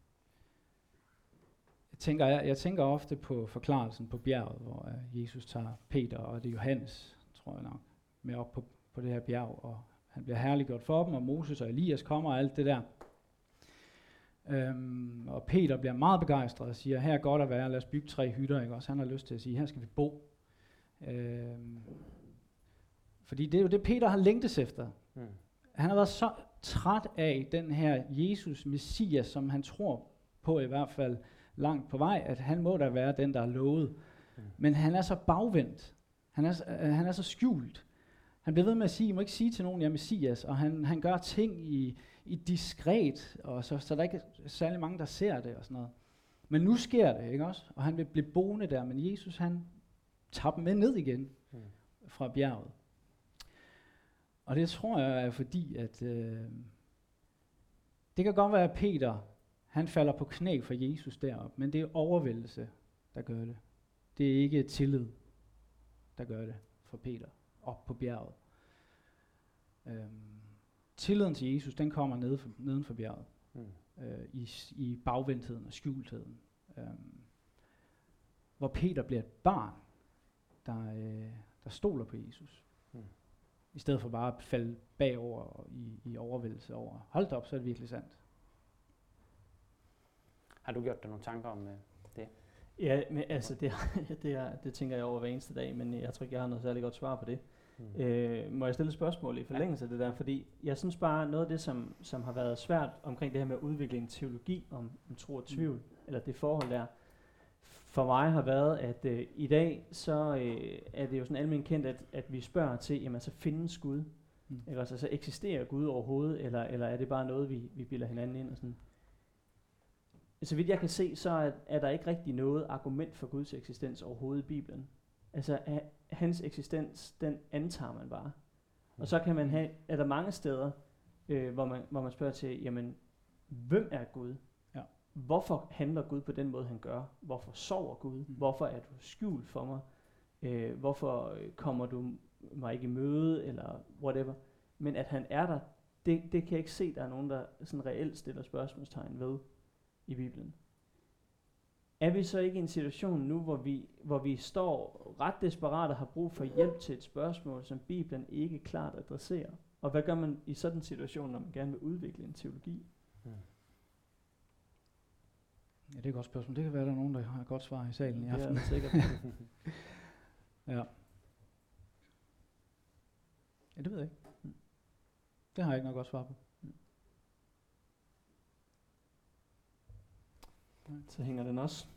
Jeg, tænker, jeg, jeg tænker ofte på forklarelsen på bjerget, hvor uh, Jesus tager Peter og det er Johannes, tror jeg nok, med op på, på det her bjerg, og han bliver herliggjort for dem, og Moses og Elias kommer og alt det der. Øhm, og Peter bliver meget begejstret og siger, her er godt at være, lad os bygge tre hytter, ikke også? Han har lyst til at sige, her skal vi bo. Øhm, fordi det er jo det, Peter har længtes efter. Mm. Han har været så træt af den her Jesus, Messias, som han tror på i hvert fald langt på vej, at han må da være den, der er lovet. Mm. Men han er så bagvendt. Han er, øh, han er så skjult. Han bliver ved med at sige, I må ikke sige til nogen, jeg er Messias, og han, han gør ting i, i diskret, og så, så der er ikke særlig mange, der ser det og sådan noget. Men nu sker det, ikke også? Og han vil blive boende der, men Jesus, han tager dem med ned igen mm. fra bjerget. Og det tror jeg er fordi, at øh, det kan godt være, at Peter, han falder på knæ for Jesus deroppe, men det er overvældelse, der gør det. Det er ikke tillid, der gør det for Peter op på bjerget. Øhm, tilliden til Jesus, den kommer nede for, neden for bjerget. Mm. Øh, i, I bagvendtheden og skjultheden. Øhm, hvor Peter bliver et barn, der, øh, der stoler på Jesus. Mm. I stedet for bare at falde bagover og i, i overvældelse over. Hold da op, så er det virkelig sandt. Har du gjort dig nogle tanker om uh, det? Ja, men altså det, det, er, det tænker jeg over hver eneste dag, men jeg tror ikke, jeg har noget særlig godt svar på det. Mm. Øh, må jeg stille et spørgsmål i forlængelse af det der? Fordi jeg synes bare, noget af det, som, som har været svært omkring det her med at udvikle en teologi om, om tro og tvivl, mm. eller det forhold der, for mig har været, at øh, i dag, så øh, er det jo sådan almindeligt kendt, at, at vi spørger til, jamen så findes Gud? Mm. Ikke? Altså, så eksisterer Gud overhovedet, eller, eller er det bare noget, vi, vi bilder hinanden ind og sådan? Så vidt jeg kan se, så er, er der ikke rigtig noget argument for Guds eksistens overhovedet i Bibelen. Altså ha, hans eksistens, den antager man bare. Mm. Og så kan man have, er der mange steder, øh, hvor, man, hvor man spørger til, jamen, hvem er Gud? Ja. Hvorfor handler Gud på den måde, han gør? Hvorfor sover Gud? Mm. Hvorfor er du skjult for mig? Øh, hvorfor øh, kommer du mig ikke i møde, eller whatever? Men at han er der, det, det kan jeg ikke se, der er nogen, der sådan reelt stiller spørgsmålstegn ved i Bibelen. Er vi så ikke i en situation nu, hvor vi, hvor vi står ret desperat og har brug for hjælp til et spørgsmål, som Bibelen ikke klart adresserer? Og hvad gør man i sådan en situation, når man gerne vil udvikle en teologi? Hmm. Ja, det er et godt spørgsmål. Det kan være, der er nogen, der har et godt svar i salen i aften. Det er sikkert. Ja. Ja, det ved jeg ikke. Det har jeg ikke noget godt svar på. Så hænger den også.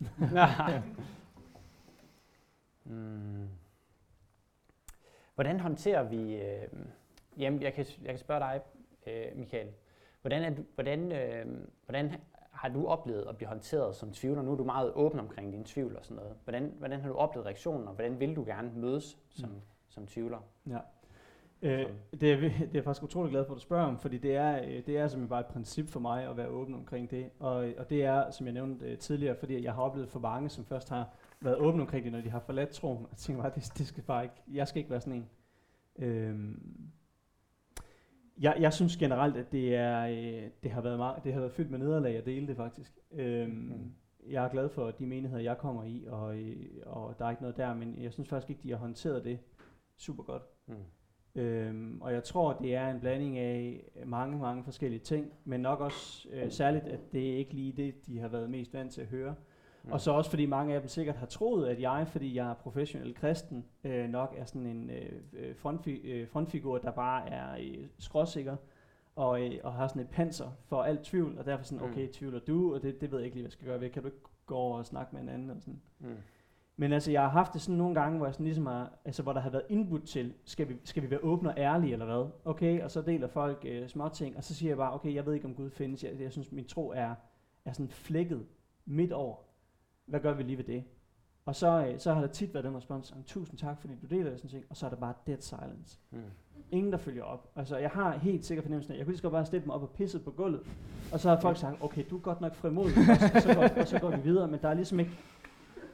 mm. Hvordan håndterer vi... Øh, jamen, jeg kan, jeg kan spørge dig, øh, Michael. Hvordan, er du, hvordan, øh, hvordan har du oplevet at blive håndteret som tvivler? Nu er du meget åben omkring din tvivl og sådan noget. Hvordan, hvordan har du oplevet reaktionen, og hvordan vil du gerne mødes som, mm. som tvivler? Ja. Øh, det, er, det er jeg faktisk utrolig glad for, at du spørger om, fordi det er, det er simpelthen bare et princip for mig at være åben omkring det. Og, og det er, som jeg nævnte uh, tidligere, fordi jeg har oplevet for mange, som først har været åbne omkring det, når de har forladt troen. Og jeg tænker bare, det, det skal bare ikke, jeg skal ikke være sådan en. Øhm, jeg, jeg synes generelt, at det, er, øh, det, har været meget, det har været fyldt med nederlag at dele det faktisk. Øhm, mm. Jeg er glad for de menigheder, jeg kommer i, og, og der er ikke noget der, men jeg synes faktisk ikke, de har håndteret det super godt. Mm. Øhm, og jeg tror, det er en blanding af mange, mange forskellige ting, men nok også øh, særligt, at det er ikke lige det, de har været mest vant til at høre. Mm. Og så også fordi mange af dem sikkert har troet, at jeg, fordi jeg er professionel kristen, øh, nok er sådan en øh, frontfi- øh, frontfigur, der bare er øh, skråsikker og, øh, og har sådan et panser for alt tvivl, og derfor sådan, okay, tvivler du, og det, det ved jeg ikke lige, hvad jeg skal gøre ved. Kan du ikke gå over og snakke med en anden? Og sådan. Mm. Men altså, jeg har haft det sådan nogle gange, hvor jeg sådan ligesom har, altså hvor der har været indbudt til, skal vi, skal vi være åbne og ærlige eller hvad? Okay, og så deler folk øh, småting, og så siger jeg bare, okay, jeg ved ikke om Gud findes, jeg, jeg synes min tro er, er sådan flækket midt over. Hvad gør vi lige ved det? Og så, øh, så har der tit været den respons, tusind tak fordi du deler det sådan ting, og så er der bare dead silence. Mm. Ingen der følger op. Altså jeg har helt sikkert fornemmelsen af, jeg kunne lige så godt bare stille dem op og pisset på gulvet, og så har folk sagt, okay, du er godt nok frimodig, og så, så, går, og så går vi videre, men der er ligesom ikke,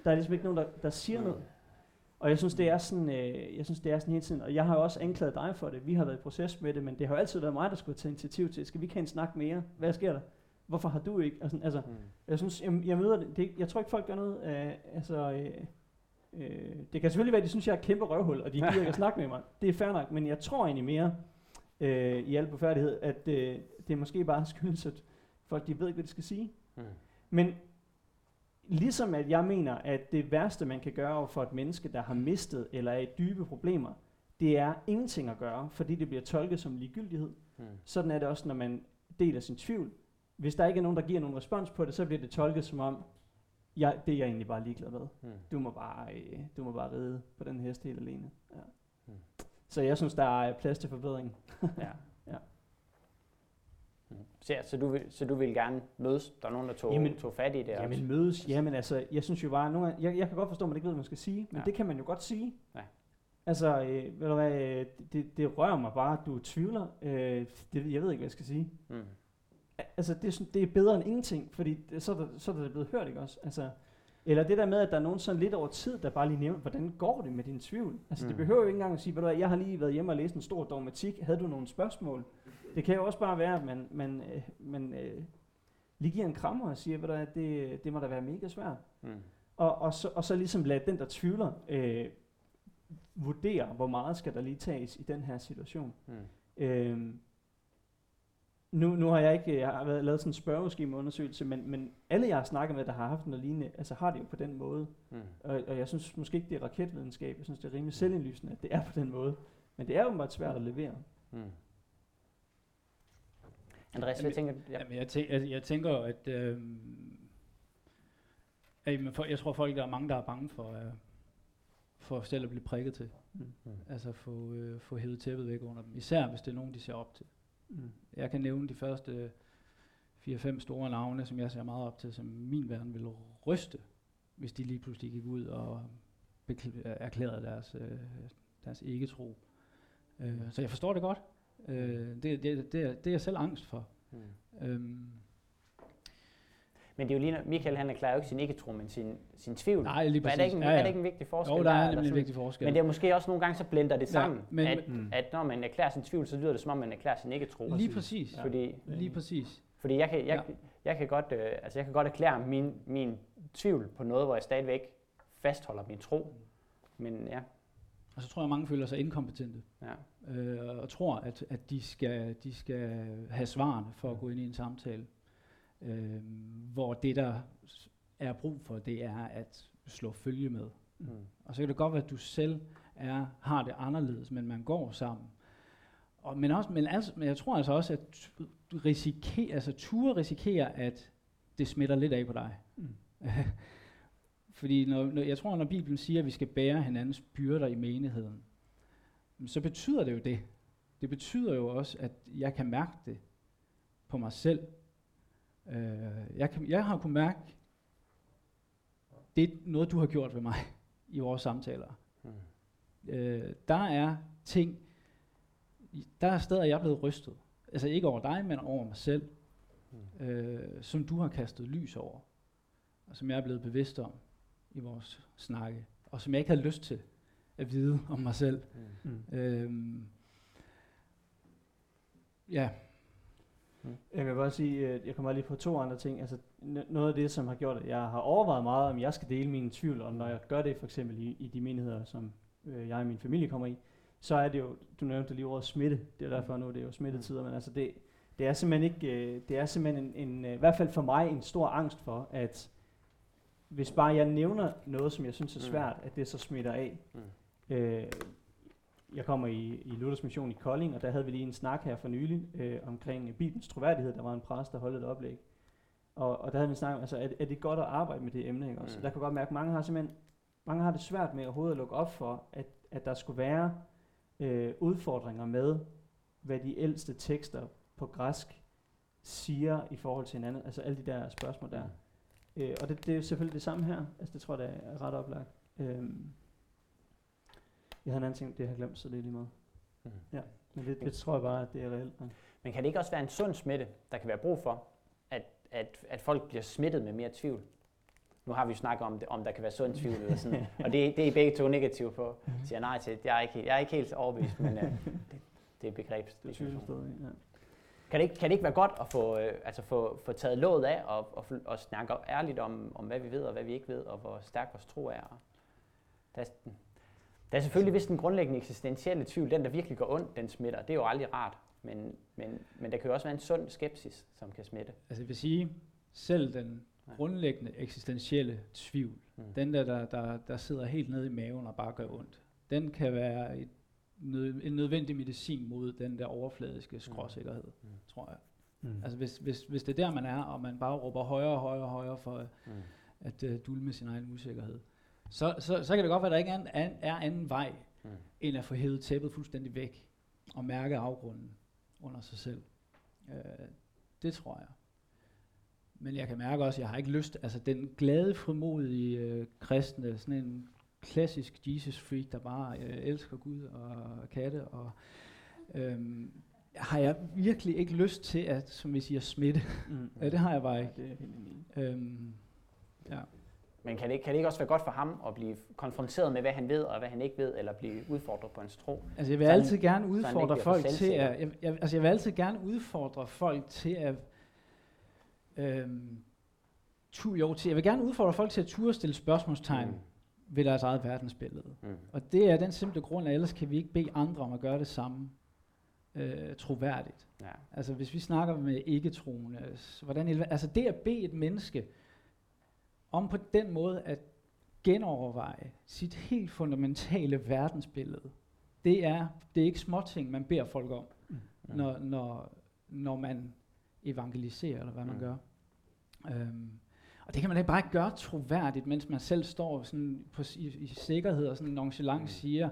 der er ligesom ikke nogen, der, der siger noget. Og jeg synes, det er sådan, øh, jeg synes, det er sådan hele tiden, og jeg har jo også anklaget dig for det. Vi har været i proces med det, men det har jo altid været mig, der skulle tage initiativ til. Skal vi ikke have en snak mere? Hvad sker der? Hvorfor har du ikke? Altså, altså mm. jeg synes, jeg, jeg møder det, det. Jeg tror ikke, folk gør noget. Øh, altså, øh, øh, det kan selvfølgelig være, at de synes, jeg er et kæmpe røvhul, og de gider ikke at snakke med mig. Det er fair nok, men jeg tror egentlig mere, øh, i al befærdighed, at øh, det måske bare skyldes, at folk de ved ikke, hvad de skal sige. Mm. Men ligesom at jeg mener, at det værste, man kan gøre for et menneske, der har mistet eller er i dybe problemer, det er ingenting at gøre, fordi det bliver tolket som ligegyldighed. Mm. Sådan er det også, når man deler sin tvivl. Hvis der ikke er nogen, der giver nogen respons på det, så bliver det tolket som om, jeg, det er jeg egentlig bare ligeglad med. Mm. Du må bare, øh, du må bare ride på den hest helt alene. Ja. Mm. Så jeg synes, der er plads til forbedring. ja. ja. Mm. Så, så, du vil, så du vil gerne mødes? Der er nogen, der tog, jamen, tog fat i det? Jamen også. mødes, jamen altså, jeg synes jo bare, nogle gange, jeg, jeg kan godt forstå, at man ikke ved, hvad man skal sige, men ja. det kan man jo godt sige. Ja. Altså, øh, ved du hvad, øh, det, det rører mig bare, at du tvivler. Øh, det, jeg ved ikke, hvad jeg skal sige. Mm. Altså, det er, sådan, det er bedre end ingenting, fordi det, så, er der, så er det blevet hørt, ikke også? Altså, eller det der med, at der er nogen sådan lidt over tid, der bare lige nævner, hvordan går det med din tvivl? Altså, mm. det behøver jo ikke engang at sige, ved du hvad, jeg har lige været hjemme og læst en stor dogmatik, havde du nogle spørgsmål? Det kan jo også bare være, at man, man, øh, man øh, lige giver en krammer og siger, ved du hvad, det, det må da være mega svært. Mm. Og, og, så, og så ligesom lade den, der tvivler, øh, vurdere, hvor meget skal der lige tages i den her situation. Mm. Øhm, nu, nu har jeg ikke jeg har været, lavet sådan en spørgeskemaundersøgelse, men, men alle jeg har snakket med, der har haft noget lignende, altså har det jo på den måde. Mm. Og, og jeg synes måske ikke, det er raketvidenskab. Jeg synes, det er rimelig selvindlysende, at det er på den måde. Men det er jo bare svært at levere. Mm. Andreas, hvad tænker du? Ja. Jamen, jeg, tæ- jeg, jeg tænker, at, øh, at for, jeg tror folk, der er mange, der er bange for, øh, for selv at blive prikket til. Mm. Altså få, øh, få hævet tæppet væk under dem. Især hvis det er nogen, de ser op til. Mm. Jeg kan nævne de første fire fem store navne, som jeg ser meget op til, som min verden ville ryste, hvis de lige pludselig gik ud og bekl- erklærede deres, øh, deres ikke-tro. Uh, så jeg forstår det godt. Uh, det, det, det, er, det er jeg selv angst for. Mm. Um, Men det er jo lige, Michael han erklærer jo ikke sin ikke-tro, men sin, sin tvivl. Nej, lige præcis. Er det ikke en, ja, ja. Er det ikke en vigtig forskel? Jo, der er nemlig en vigtig forskel. Men det er måske også nogle gange, så blender det sammen, ja, men, at, mm. at når man erklærer sin tvivl, så lyder det som om, man erklærer sin ikke-tro. Lige præcis. Ja. Fordi, ja. Lige præcis. Fordi jeg kan, jeg, ja. jeg kan, godt, øh, altså jeg kan godt erklære min, min tvivl på noget, hvor jeg stadigvæk fastholder min tro. Men ja. Og så tror jeg, mange føler sig inkompetente. Ja. Øh, og tror, at, at de, skal, de skal have svarene for at gå ind i en samtale. Øh, hvor det, der er brug for, det er at slå følge med. Mm. Og så kan det godt være, at du selv er, har det anderledes, men man går sammen. Og, men, også, men, altså, men jeg tror altså også, at du risikerer, altså ture risikerer, at det smitter lidt af på dig. Mm. Fordi når, når, jeg tror, når Bibelen siger, at vi skal bære hinandens byrder i menigheden, så betyder det jo det. Det betyder jo også, at jeg kan mærke det på mig selv. Uh, jeg, kan, jeg har kunnet mærke, det er noget, du har gjort ved mig i vores samtaler. Mm. Uh, der er ting, der er steder, jeg er blevet rystet. Altså ikke over dig, men over mig selv. Mm. Uh, som du har kastet lys over. Og som jeg er blevet bevidst om i vores snakke. Og som jeg ikke havde lyst til at vide om mig selv. Mm. Uh, ja. Jeg kan bare sige, at jeg kommer lige på to andre ting. Altså noget af det, som har gjort, at jeg har overvejet meget, om jeg skal dele mine tvivl, og når jeg gør det for eksempel i, i de menigheder, som øh, jeg og min familie kommer i, så er det jo, du nævnte lige ordet smitte, det er derfor nu, det er jo smittetider, men altså det, det er simpelthen ikke, øh, det er simpelthen en, en, i hvert fald for mig en stor angst for, at hvis bare jeg nævner noget, som jeg synes er svært, at det så smitter af. Mm. Øh, Jeg kommer i, i Luthers Mission i Kolding, og der havde vi lige en snak her for nylig øh, omkring Bibelens troværdighed. Der var en præst, der holdt et oplæg. Og, og der havde vi snakket om, altså, er, er det godt at arbejde med det emne? Ikke også? Mm. Der kan godt mærke, at mange har simpelthen mange har det svært med overhovedet at lukke op for, at, at der skulle være øh, udfordringer med, hvad de ældste tekster på græsk siger i forhold til hinanden. Altså alle de der spørgsmål der. Mm. Øh, og det, det er selvfølgelig det samme her. Altså det tror jeg, det er ret oplagt. Øhm, Jeg havde en anden ting, det har jeg glemt, så det er lige meget. Mm. Ja, men det, det tror jeg bare, at det er reelt. Ja. Men kan det ikke også være en sund smitte, der kan være brug for, at, at, at folk bliver smittet med mere tvivl? nu har vi jo snakket om, det, om der kan være sund tvivl eller sådan, og det, det er I begge to negative på. Så siger nej til, jeg er ikke, jeg er ikke helt overbevist, men uh, det, det er begrebs. Det synes jeg stadig, ja. Kan det, ikke, kan det ikke være godt at få, øh, altså få, få taget låget af og, og, og snakke ærligt om, om, hvad vi ved og hvad vi ikke ved, og hvor stærk vores tro er? Der er, der er selvfølgelig vist en grundlæggende eksistentielle tvivl, den der virkelig går ondt, den smitter. Det er jo aldrig rart, men, men, men der kan jo også være en sund skepsis, som kan smitte. Altså jeg vil sige, selv den grundlæggende eksistentielle tvivl, mm. den der, der, der, der sidder helt nede i maven og bare gør ondt, den kan være et nød, en nødvendig medicin mod den der overfladiske skråsikkerhed, mm. tror jeg. Mm. Altså hvis, hvis, hvis det er der, man er, og man bare råber højere og højere og højere for mm. at uh, dulme sin egen usikkerhed, så, så, så kan det godt være, at der ikke er, an, an, er anden vej, mm. end at få hævet tæppet fuldstændig væk, og mærke afgrunden under sig selv. Uh, det tror jeg. Men jeg kan mærke også, at jeg har ikke lyst, altså den glade, frimodige øh, kristne, sådan en klassisk Jesus-freak, der bare øh, elsker Gud og katte, og øhm, har jeg virkelig ikke lyst til at, som vi siger, smitte. Mm. Ja, det har jeg bare ikke. Det er helt enig. Øhm, ja. Men kan det, kan det ikke også være godt for ham at blive konfronteret med, hvad han ved og hvad han ikke ved, eller blive udfordret på hans tro? Altså jeg vil han, altid gerne udfordre folk til at, jeg, jeg, altså jeg vil altid gerne udfordre folk til at Øhm, tu, jo, til, jeg vil gerne udfordre folk til at turde stille spørgsmålstegn mm. ved deres eget verdensbillede. Mm. Og det er den simple grund, at ellers kan vi ikke bede andre om at gøre det samme øh, troværdigt. Ja. Altså hvis vi snakker med ikke-troende, hvordan, altså det at bede et menneske om på den måde at genoverveje sit helt fundamentale verdensbillede, det er, det er ikke småting, man beder folk om, mm. når, når, når man evangeliserer, eller hvad man mm. gør. Um, og det kan man da bare ikke gøre troværdigt, mens man selv står sådan på, i, i sikkerhed og sådan nonchalant mm. siger,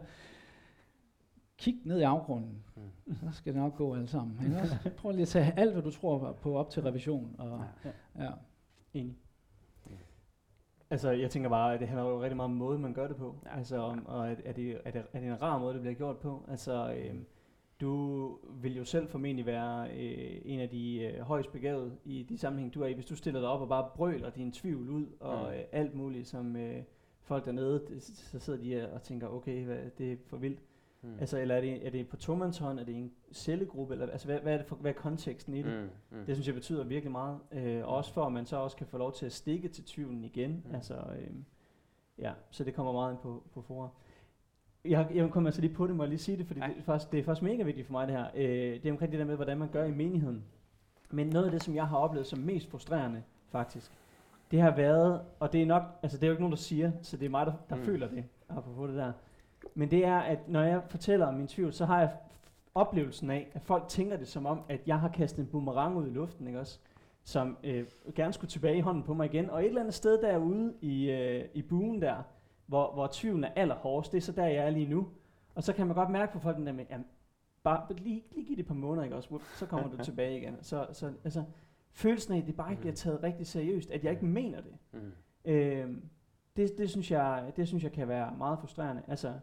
kig ned i afgrunden, mm. så skal det nok gå alle sammen. Prøv lige at tage alt, hvad du tror på op til revision. Og, ja. Ja. Enig. Mm. Altså, jeg tænker bare, at det handler jo rigtig meget om måden, man gør det på. Ja. Altså, om, og er, er, det, er, det, er det en rar måde, det bliver gjort på? Altså, øhm, du vil jo selv formentlig være øh, en af de øh, højst begavede i de sammenhæng, du er i. Hvis du stiller dig op og bare brøler din tvivl ud, og mm. øh, alt muligt, som øh, folk dernede, det, så sidder de og tænker, okay, hvad, det er for vildt. Mm. Altså, eller er det, er det på tomandshånd, er det en cellegruppe, eller altså, hvad, hvad er det for, hvad er konteksten i det? Mm. Mm. Det synes jeg betyder virkelig meget. Øh, også for, at man så også kan få lov til at stikke til tvivlen igen. Mm. Altså, øh, ja, så det kommer meget ind på, på forum. Jeg, jeg kommer altså lige på det, må jeg lige sige det, fordi det er, faktisk, det er faktisk mega vigtigt for mig det her. Øh, det er omkring det der med, hvordan man gør i menigheden. Men noget af det, som jeg har oplevet som mest frustrerende, faktisk, det har været, og det er nok, altså det er jo ikke nogen, der siger, så det er mig, der, der mm. føler det, apropos det der. Men det er, at når jeg fortæller om min tvivl, så har jeg oplevelsen af, at folk tænker det som om, at jeg har kastet en boomerang ud i luften, ikke også? Som øh, gerne skulle tilbage i hånden på mig igen. Og et eller andet sted derude i, øh, i buen der, Hvor, hvor tvivlen er allerhårdest, det er så der, jeg er lige nu. Og så kan man godt mærke på folk, den der med, jamen, bare lige, lige giv det et par måneder, ikke også? Så kommer du tilbage igen. Så, så altså, følelsen af, at det bare ikke bliver taget rigtig seriøst, at jeg ikke mener det. Mm. Øhm, det, det, synes jeg, det synes jeg kan være meget frustrerende. Altså,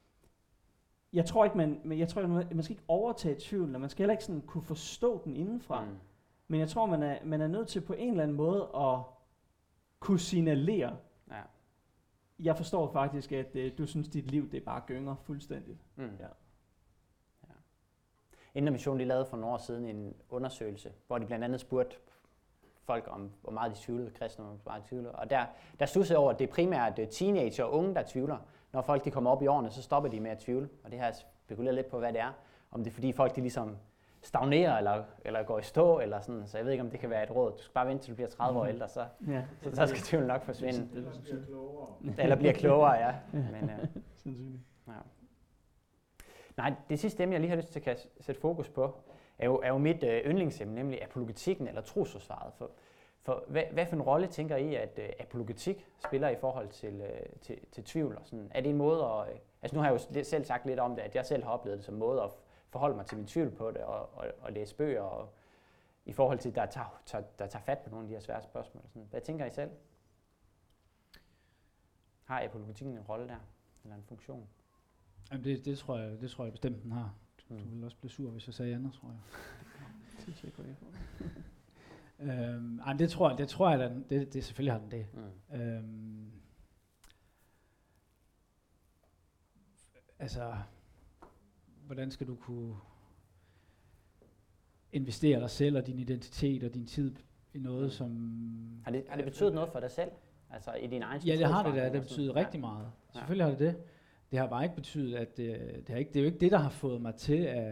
jeg tror ikke, man, men jeg tror, man, man skal ikke overtage tvivlen, og man skal heller ikke sådan kunne forstå den indenfra. Mm. Men jeg tror, man er, man er nødt til på en eller anden måde at kunne signalere, ja. Jeg forstår faktisk, at øh, du synes, dit liv det bare gynger fuldstændigt. Mm. Ja. Ja. Indre Mission de lavede for nogle år siden en undersøgelse, hvor de blandt andet spurgte folk om, hvor meget de tvivlede, kristne, hvor meget de tvivlede. Og der, der studsede jeg over, at det er primært teenager og unge, der tvivler. Når folk de kommer op i årene, så stopper de med at tvivle. Og det har jeg spekuleret lidt på, hvad det er. Om det er fordi folk de ligesom stagnerer eller, eller går i stå, eller sådan. Så jeg ved ikke, om det kan være et råd. Du skal bare vente til du bliver tredive år ældre, så, ja, så, så skal tvivlen nok forsvinde. Eller bliver klogere. Eller bliver klogere, ja. Men, ja. Ja. Nej, det sidste emne, jeg lige har lyst til at sætte fokus på, er jo, er jo mit øh, yndlingsemne, nemlig apologetikken eller trosforsvaret. For, for hvad, hvad for en rolle tænker I, at øh, apologetik spiller i forhold til, øh, til, til tvivl? Og sådan? Er det en måde at... Øh, altså nu har jeg jo selv sagt lidt om det, at jeg selv har oplevet det som en måde at forholde mig til min tvivl på det, og, og, og læse bøger, og i forhold til, der tager, tager, der tager fat på nogle af de her svære spørgsmål. Og sådan. Hvad tænker I selv? Har apologetikken en rolle der, eller en funktion? Jamen det, det, tror jeg, det tror jeg bestemt, den har. Du, mm. du ville også blive sur, hvis jeg sagde andet, tror jeg. Øhm, ej, det tror jeg, det tror jeg, at det, det selvfølgelig har den det. Mm. Øhm, altså, hvordan skal du kunne investere dig selv og din identitet og din tid i noget, mm. som... Har det, har det betydet noget for dig selv? Altså i din egen Ja, det har det da. Det betyder ja. rigtig meget. Ja. Selvfølgelig har det det. Det har bare ikke betydet, at det, det, har ikke, det er jo ikke det, der har fået mig til at...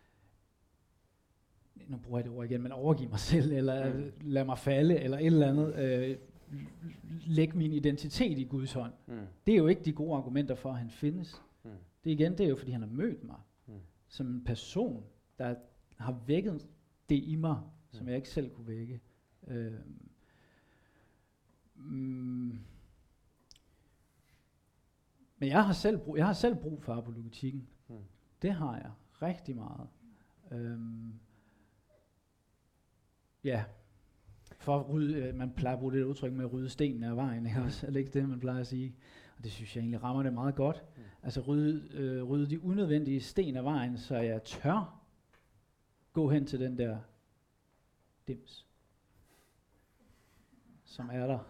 Nu bruger jeg det ord igen, men overgive mig selv, eller mm. lade mig falde, eller et eller andet. Øh, lægge min identitet i Guds hånd. Mm. Det er jo ikke de gode argumenter for, at han findes. Mm. Det igen, det er jo fordi, han har mødt mig. Mm. Som en person, der har vækket det i mig, som mm. jeg ikke selv kunne vække. Øh, mm, men jeg har selv brug, jeg har selv brug for apologetikken. Mm. Det har jeg rigtig meget. Øhm, ja, for at rydde, man plejer at bruge det udtryk med at rydde stenen af vejen, ikke også? Er det ikke det, man plejer at sige? Og det synes jeg egentlig rammer det meget godt. Mm. Altså rydde, øh, rydde de unødvendige sten af vejen, så jeg tør gå hen til den der dims, som er der.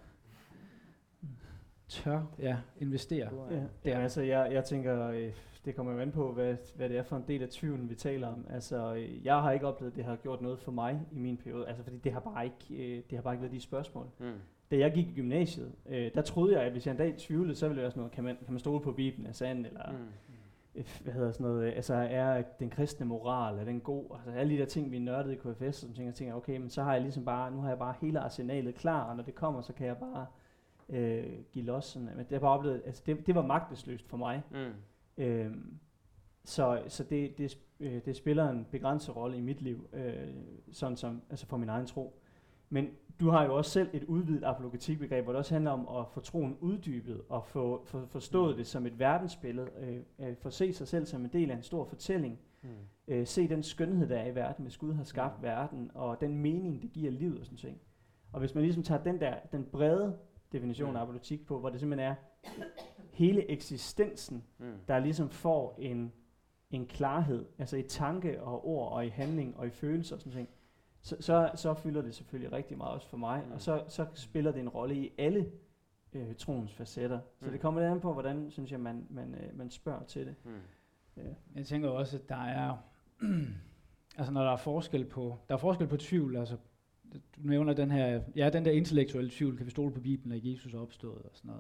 Tør, ja, investere. Ja, ja, altså jeg, jeg tænker, øh, det kommer jo an på, hvad, hvad det er for en del af tvivlen, vi taler om. Altså, øh, jeg har ikke oplevet, at det har gjort noget for mig i min periode, altså fordi det har bare ikke, øh, det har bare ikke været de spørgsmål. Mm. Da jeg gik i gymnasiet, øh, der troede jeg, at hvis jeg en dag tvivlede, så ville det være sådan noget, kan man, kan man stole på Bibelen, er sand, eller mm. øh, hvad hedder sådan noget, altså er den kristne moral, er den god, altså alle de der ting, vi nørdede i K F S, som tænker, tænker, okay, men så har jeg ligesom bare, nu har jeg bare hele arsenalet klar, og når det kommer, så kan jeg bare øh, give los. Sådan, men det har bare oplevet, altså det, det var magtesløst for mig. Mm. Øhm, så så det, det, øh, det spiller en begrænset rolle i mit liv, øh, sådan som, altså for min egen tro. Men du har jo også selv et udvidet apologetikbegreb, hvor det også handler om at få troen uddybet, og få for, forstået det som et verdensbillede, øh, øh, få se sig selv som en del af en stor fortælling, mm. øh, se den skønhed, der er i verden, hvis Gud har skabt mm. verden, og den mening, det giver livet og sådan ting. Og hvis man ligesom tager den der, den brede definition mm. af apologetik på, hvor det simpelthen er hele eksistensen, mm. der ligesom får en, en klarhed, altså i tanke og ord og i handling og i følelser og sådan ting, så, så, så fylder det selvfølgelig rigtig meget også for mig, mm. og så, så spiller det en rolle i alle øh, troens facetter. Så mm. det kommer lidt an på, hvordan synes jeg, man, man, øh, man spørger til det. Mm. Ja. Jeg tænker også, at der er, altså når der er forskel på, der er forskel på tvivl, altså du nævner den her, ja, den der intellektuelle tvivl, kan vi stole på Bibelen, at Jesus er opstået og sådan noget.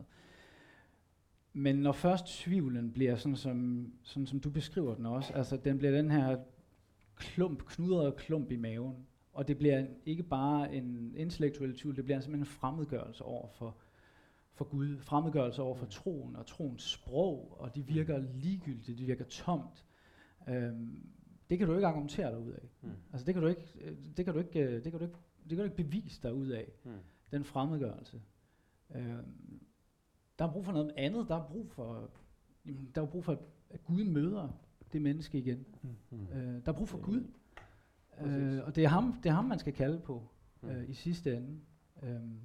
Men når først tvivlen bliver sådan som, sådan som du beskriver den også, altså den bliver den her klump, knudrede klump i maven, og det bliver en, ikke bare en intellektuel tvivl, det bliver simpelthen en fremmedgørelse over for, for Gud, fremmedgørelse over for troen og troens sprog, og de virker ligegyldigt, de virker tomt. Øhm, det kan du ikke argumentere dig ud af. Mm. Altså det kan du ikke, det kan du ikke, det kan du ikke, det kan du ikke bevise dig ud af. Mm. Den fremmedgørelse. Øhm, der er brug for noget andet. Der er brug for, jamen, der er brug for at Gud møder det menneske igen. Mm. Øh, der er brug for Gud. Øh, og det er ham, det er ham man skal kalde på mm. øh, i sidste ende. Øhm.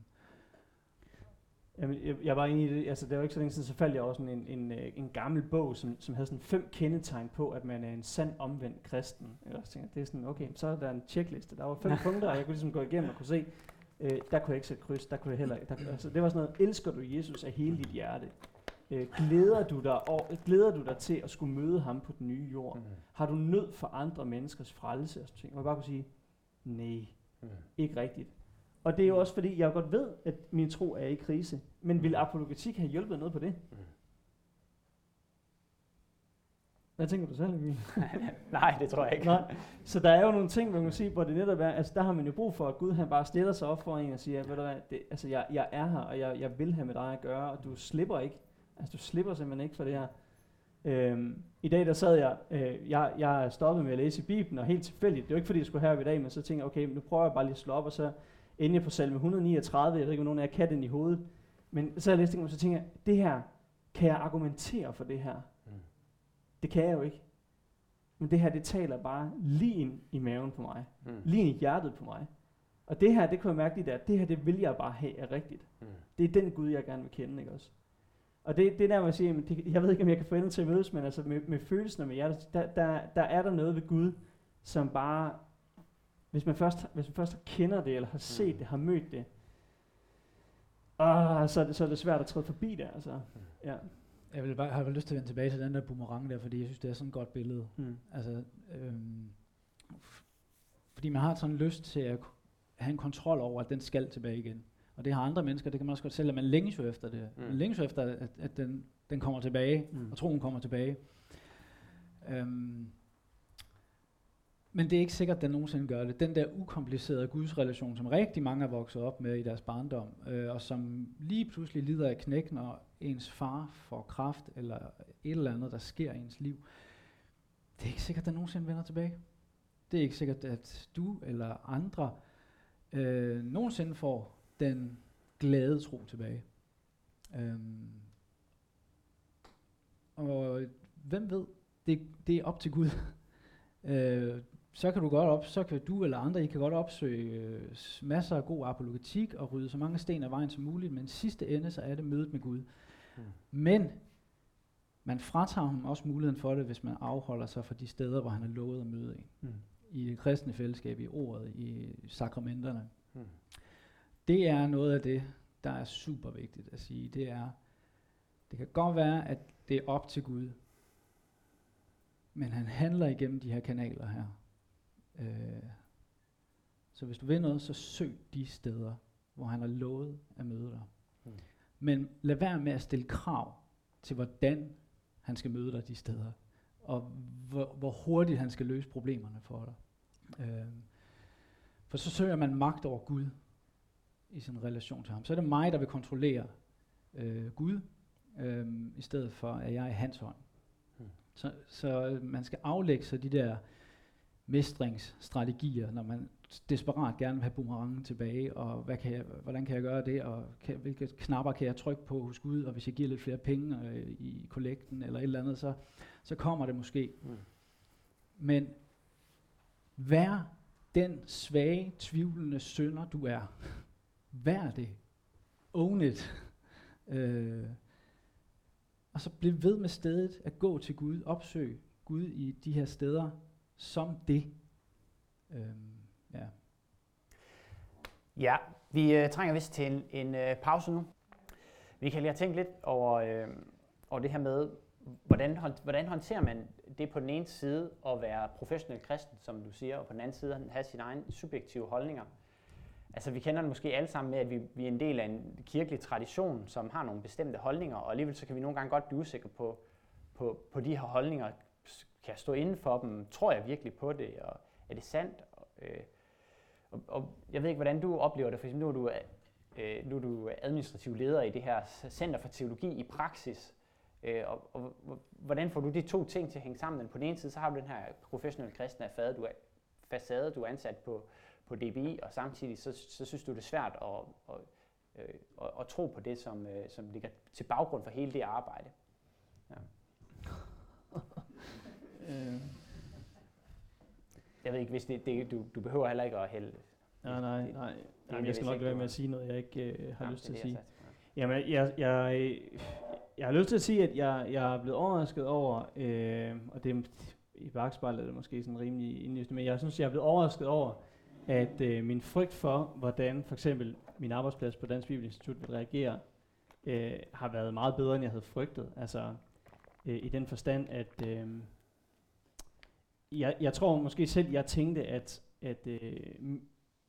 Jamen, jeg, jeg var inde i det, altså det var ikke så længe siden, så faldt jeg også en, en, en gammel bog, som, som havde sådan fem kendetegn på, at man er en sand omvendt kristen. Jeg også tænkte, det er sådan, okay, så er der en checkliste. Der var fem punkter, og jeg kunne ligesom gå igennem og kunne se, øh, der kunne jeg ikke sætte kryds, der kunne jeg heller ikke. Der, altså, det var sådan noget, elsker du Jesus af hele dit hjerte? Øh, glæder, du dig over, glæder du dig til at skulle møde ham på den nye jord? Mm. Har du nød for andre menneskers frelse? Og sådan ting. Og jeg bare kunne sige, nej, mm. ikke rigtigt. Og det er jo også fordi, jeg godt ved, at min tro er i krise. Men vil apologetik have hjulpet noget på det? Mm. Hvad tænker du selv, Emil? Nej, det tror jeg ikke. Nej. Så der er jo nogle ting, man kan sige, hvor det netop er, altså der har man jo brug for, at Gud han bare stiller sig op for en og siger, ved du hvad, det, altså jeg, jeg er her, og jeg, jeg vil have med dig at gøre, og du slipper ikke. Altså du slipper simpelthen ikke for det her. Øhm, I dag der sad jeg, øh, jeg, jeg er stoppet med at læse i Bibelen, og helt tilfældigt, det var ikke fordi jeg skulle herop i dag, men så tænkte jeg, okay, nu prøver jeg bare lige at slå op, og så endte jeg på salme et hundrede niogtredive, jeg ved ikke, om nogen af jer kan den i hovedet, men så jeg læste det, og så tænkte jeg, det her, kan jeg argumentere for det her? Mm. Det kan jeg jo ikke. Men det her, det taler bare lige ind i maven på mig, mm. lige ind i hjertet på mig. Og det her, det kunne jeg mærke lige der, det her, det vil jeg bare have er rigtigt. Mm. Det er den Gud, jeg gerne vil kende, ikke også? Og det, det der, hvor jeg siger, det, jeg ved ikke, om jeg kan få ende til at mødes, men altså med, med følelsen og med hjertet, der, der, der er der noget ved Gud, som bare hvis man først, hvis man først kender det, eller har set mm. det, har mødt det, ah, så, er det, så er det svært at træde forbi det, altså. Mm. Ja. Jeg vil bare, har lyst til at vende tilbage til den der boomerang der, fordi jeg synes, det er sådan et godt billede. Mm. Altså, øhm, f- fordi man har sådan lyst til at have en kontrol over, at den skal tilbage igen. Og det har andre mennesker, det kan man også godt selv, at man længes jo efter det. Mm. Man længes jo efter, at, at den, den kommer tilbage, mm. og troen kommer tilbage. Øhm, men det er ikke sikkert, at den nogensinde gør det. Den der ukomplicerede gudsrelation, som rigtig mange er vokset op med i deres barndom, øh, og som lige pludselig lider af knæk, når ens far får kræft, eller et eller andet, der sker i ens liv, det er ikke sikkert, at den nogensinde vender tilbage. Det er ikke sikkert, at du eller andre øh, nogensinde får den glade tro tilbage. Øhm, og hvem ved, det, det er op til Gud. øh, så kan du godt op, så kan du eller andre, I kan godt opsøge øh, masser af god apologetik og rydde så mange sten af vejen som muligt, men sidste ende, så er det mødet med Gud. Mm. Men man fratager ham også muligheden for det, hvis man afholder sig fra de steder, hvor han har lovet at møde en. Mm. I det kristne fællesskab, i ordet, i sakramenterne. Mm. Det er noget af det, der er super vigtigt at sige. Det er, det kan godt være, at det er op til Gud, men han handler igennem de her kanaler her. Øh, så hvis du vil noget, så søg de steder, hvor han har lovet at møde dig. Mm. Men lad være med at stille krav til, hvordan han skal møde dig de steder, og hvor, hvor hurtigt han skal løse problemerne for dig. Øh, for så søger man magt over Gud i sin relation til ham. Så er det mig, der vil kontrollere øh, Gud, øh, i stedet for, at jeg er i hans hånd. Hmm. Så, så man skal aflægge sig de der mestringsstrategier, når man desperat gerne vil have boomerangen tilbage, og hvad kan jeg, hvordan kan jeg gøre det, og kan, hvilke knapper kan jeg trykke på hos Gud, og hvis jeg giver lidt flere penge øh, i kollekten, eller et eller andet, så, så kommer det måske. Hmm. Men vær den svage, tvivlende synder, du er. Vær det. Own it. øh, og så bliv ved med stedet at gå til Gud, opsøg Gud i de her steder som det. Øhm, ja. Ja, vi øh, trænger vist til en, en øh, pause nu. Vi kan lige have tænkt lidt over, øh, over det her med, hvordan, hvordan håndterer man det på den ene side at være professionel kristen, som du siger, og på den anden side have sine egne subjektive holdninger. Altså vi kender det måske alle sammen med, at vi, vi er en del af en kirkelig tradition, som har nogle bestemte holdninger, og alligevel så kan vi nogle gange godt blive usikre på, på, på de her holdninger. Kan jeg stå inden for dem? Tror jeg virkelig på det? Og er det sandt? Og, øh, og, og jeg ved ikke, hvordan du oplever det, for eksempel nu er du, øh, nu er du administrativ leder i det her Center for Teologi i praksis. Øh, og, og hvordan får du de to ting til at hænge sammen? På den ene side, så har du den her professionelle kristne facade, du er, facade, du er ansat på, på D B I, og samtidig så, så synes du, det er svært at, at, at, at, at tro på det, som, som ligger til baggrund for hele det arbejde. Ja. Jeg ved ikke, hvis det, det du, du behøver heller ikke at hælde. Nej, nej, nej. nej Jamen, jeg skal nok lade med at sige noget, jeg ikke øh, har ja, lyst til at sige. Ja. Jamen, jeg, jeg, jeg har lyst til at sige, at jeg, jeg er blevet overrasket over, øh, og det er i bagspejlet er det måske sådan rimelig indlysende, men jeg synes, jeg er blevet overrasket over, at øh, min frygt for, hvordan for eksempel min arbejdsplads på Dansk Bibelinstitut vil reagere, øh, har været meget bedre, end jeg havde frygtet. Altså øh, i den forstand, at øh, jeg, jeg tror måske selv, jeg tænkte, at, at øh, m-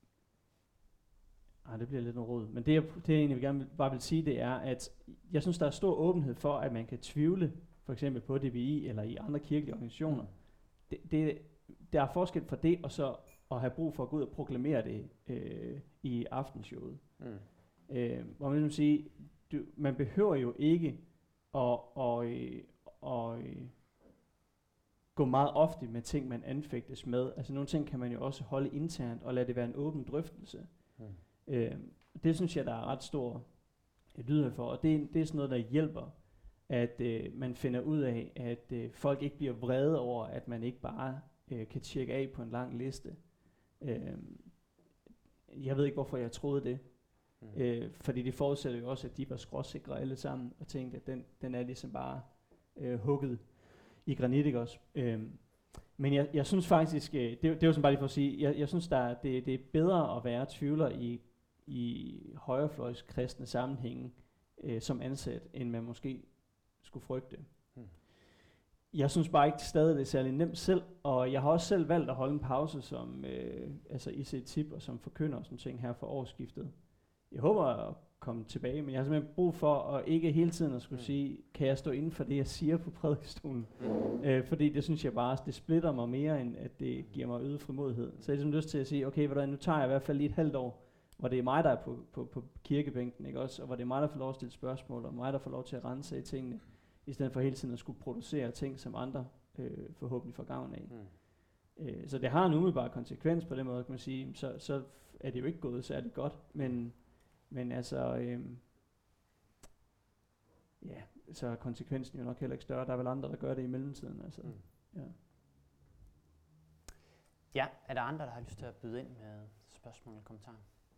ah, det bliver lidt noget rod, men det jeg, det jeg egentlig gerne vil, bare vil sige, det er, at jeg synes, der er stor åbenhed for, at man kan tvivle, for eksempel på D B I eller i andre kirkelige organisationer. Det, det, der er forskel for det, og så at have brug for at gå ud og proklamere det øh, i aftenshowet. Mm. Øh, hvor man vil sige, du, man behøver jo ikke at, at, at, at, at gå meget ofte med ting, man anfægtes med. Altså nogle ting kan man jo også holde internt og lade det være en åben drøftelse. Mm. Øh, det synes jeg, der er ret stor lydhørighed for, og det, det er sådan noget, der hjælper, at øh, man finder ud af, at øh, folk ikke bliver vrede over, at man ikke bare øh, kan tjekke af på en lang liste. Øh, jeg ved ikke, hvorfor jeg troede det. Mm. Øh, fordi det forudsætter jo også, at de var skråsikre alle sammen, og tænkte, at den, den er ligesom bare øh, hugget i granit, ikke også? Øh, Men jeg, jeg synes faktisk, det, det er jo sådan bare lige for at sige, jeg, jeg synes, der, det, det er bedre at være tvivler i, i højrefløjs kristne sammenhænge øh, som ansat, end man måske skulle frygte. Hmm. Jeg synes bare ikke stadig, det er særlig nemt selv, og jeg har også selv valgt at holde en pause som øh, altså I C Tip og som forkynder og sådan ting her for årsskiftet. Jeg håber at komme tilbage, men jeg har simpelthen brug for at ikke hele tiden at skulle mm. sige, kan jeg stå inden for det, jeg siger på prædikestolen? Mm. Øh, fordi det synes jeg bare, det splitter mig mere, end at det giver mig øget frimodighed. Så jeg har ligesom lyst til at sige, okay, hvordan, nu tager jeg i hvert fald lige et halvt år, hvor det er mig, der er på, på, på kirkebænken, ikke også? Og hvor det er mig, der får lov at stille spørgsmål, og mig, der får lov til at rense i tingene, i stedet for hele tiden at skulle producere ting, som andre øh, forhåbentlig får gavn af. Mm. Øh, så det har en umiddelbar konsekvens på den måde, kan man sige, så, så er det jo ikke gået særlig godt, men Men altså, øhm, ja, så er konsekvensen jo nok heller ikke større. Der er vel andre, der gør det i mellemtiden. Altså. Mm. Ja. ja, er der andre, der har lyst til at byde ind med spørgsmål eller kommentarer?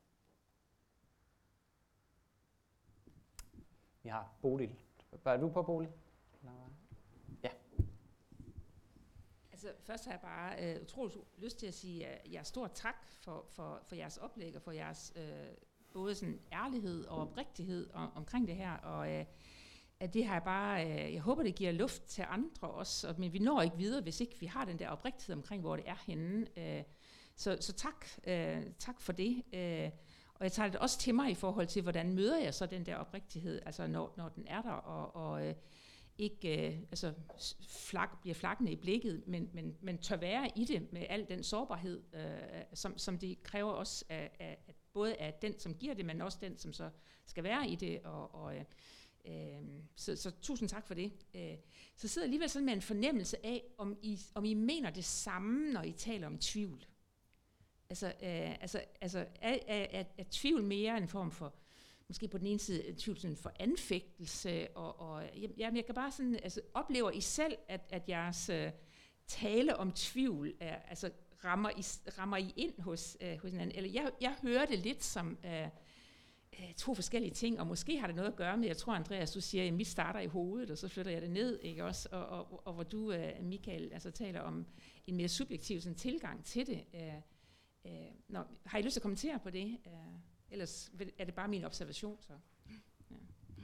Vi har Bodil. Er du på, Bodil? Ja. Altså, først har jeg bare øh, utroligt lyst til at sige uh, jer stor tak for, for, for jeres oplæg og for jeres øh, både sådan ærlighed og oprigtighed om, omkring det her, og øh, at det har jeg bare, øh, jeg håber, det giver luft til andre også, og, men vi når ikke videre, hvis ikke vi har den der oprigtighed omkring, hvor det er henne. Øh, så, så tak, øh, tak for det. Øh, og jeg tager det også til mig i forhold til, hvordan møder jeg så den der oprigtighed, altså når, når den er der, og, og øh, ikke øh, altså flak, bliver flakkende i blikket, men, men, men tør være i det med al den sårbarhed, øh, som, som det kræver også af, af, af både af den, som giver det, men også den, som så skal være i det. Og, og, øh, øh, så, så tusind tak for det. Øh, så sidder jeg alligevel sådan med en fornemmelse af, om I, om I mener det samme, når I taler om tvivl. Altså, øh, altså, altså er, er, er, er tvivl mere en form for, måske på den ene side, en tvivl sådan for anfægtelse, og, og jamen, jeg kan bare sådan, altså, oplever I selv, at, at jeres øh, tale om tvivl er, altså, rammer I, rammer I ind hos, øh, hos hinanden? Eller jeg, jeg hører det lidt som øh, to forskellige ting, og måske har det noget at gøre med, jeg tror, Andreas, du siger, at mit starter i hovedet, og så flytter jeg det ned, ikke også? Og, og, og hvor du, øh, Michael, altså, taler om en mere subjektiv sådan, tilgang til det. Øh, øh, nå, har I lyst til at kommentere på det? Øh, ellers er det bare min observation, så. Ja.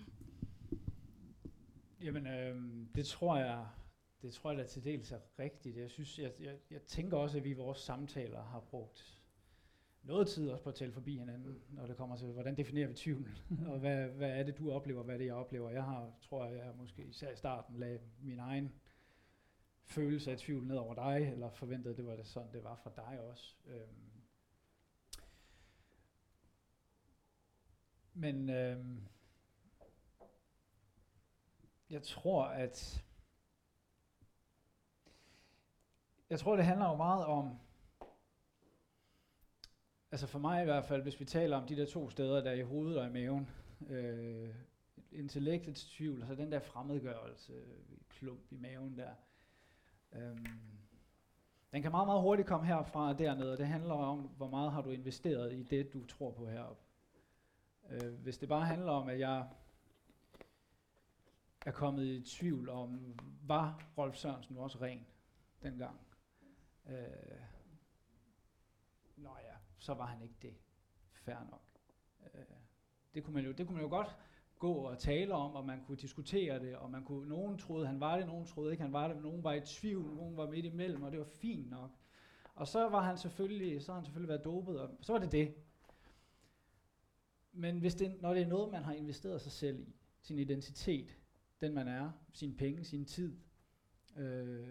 Jamen, øh, det tror jeg... Det tror jeg da til dels er rigtigt. Jeg synes, jeg, jeg, jeg tænker også, at vi i vores samtaler har brugt noget tid også på at tale forbi hinanden, når det kommer til, hvordan definerer vi tvivl, og hvad, hvad er det, du oplever, hvad er det, jeg oplever. Jeg har, tror jeg, jeg måske især i starten lagde min egen følelse af tvivl ned over dig, eller forventede, det var det sådan, det var for dig også. Øhm. Men øhm, jeg tror, at Jeg tror, det handler jo meget om, altså for mig i hvert fald, hvis vi taler om de der to steder, der er i hovedet og i maven, øh, intellektets tvivl, altså den der fremmedgørelse, klump i maven der, øh, den kan meget, meget hurtigt komme herfra og dernede, og det handler om, hvor meget har du investeret i det, du tror på heroppe. Øh, hvis det bare handler om, at jeg er kommet i tvivl om, var Rolf Sørensen også ren dengang? Øh, nå ja, så var han ikke det. Fair nok. Øh, det, kunne man jo, det kunne man jo godt gå og tale om, og man kunne diskutere det, og man kunne, nogen troede, han var det, nogen troede ikke, han var det, nogen var i tvivl, nogen var midt imellem, og det var fint nok. Og så var han selvfølgelig, så har han selvfølgelig været dopet, og så var det det. Men hvis det, når det er noget, man har investeret sig selv i, sin identitet, den man er, sine penge, sin tid, øh,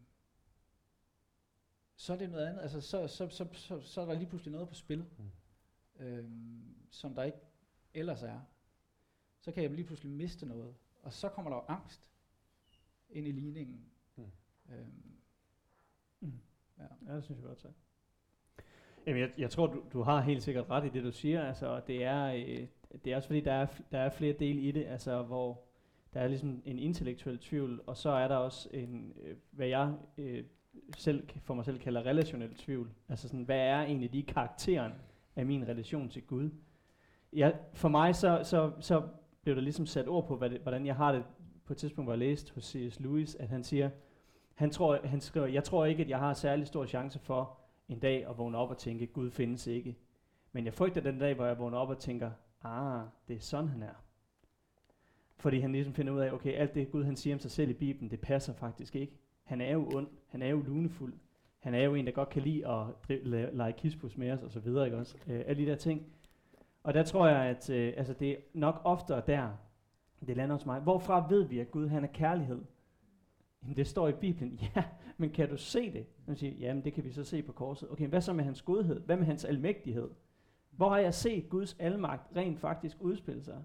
så er det noget andet. Altså, så, så, så, så, så er der lige pludselig noget på spil, mm. øhm, som der ikke ellers er. Så kan jeg lige pludselig miste noget. Og så kommer der jo angst ind i ligningen. Mm. Øhm, mm. Ja. ja, det synes jeg godt sagt. Jamen, jeg, jeg tror, du, du har helt sikkert ret i det, du siger. Altså, det er, øh, det er også fordi, der er, der er flere dele i det, altså, hvor der er ligesom en intellektuel tvivl, og så er der også en, øh, hvad jeg øh, selv for mig selv kalder relationel tvivl. Altså sådan, hvad er egentlig de karakteren af min relation til Gud? Jeg, for mig så, så, så blev der ligesom sat ord på, hvad det, hvordan jeg har det på et tidspunkt, hvor jeg læste hos C S Lewis, at han siger, Han, tror, han skriver, jeg tror ikke, at jeg har særlig stor chance for en dag at vågne op og tænke, Gud findes ikke. Men jeg frygter den dag, hvor jeg vågner op og tænker, ah, det er sådan, han er. Fordi han ligesom finder ud af, okay, alt det Gud, han siger om sig selv i Bibelen, det passer faktisk ikke. Han er jo ond, han er jo lunefuld. Han er jo en, der godt kan lide at drive, lege kispus med os, og så videre, ikke også? Øh, alle de der ting. Og der tror jeg, at øh, altså det er nok oftere der, det lander hos mig. Hvorfra ved vi, at Gud, han er kærlighed? Jamen, det står i Bibelen. Ja, men kan du se det? Man siger, jamen, det kan vi så se på korset. Okay, hvad så med hans godhed? Hvad med hans almægtighed? Hvor har jeg set Guds almagt rent faktisk udspille sig?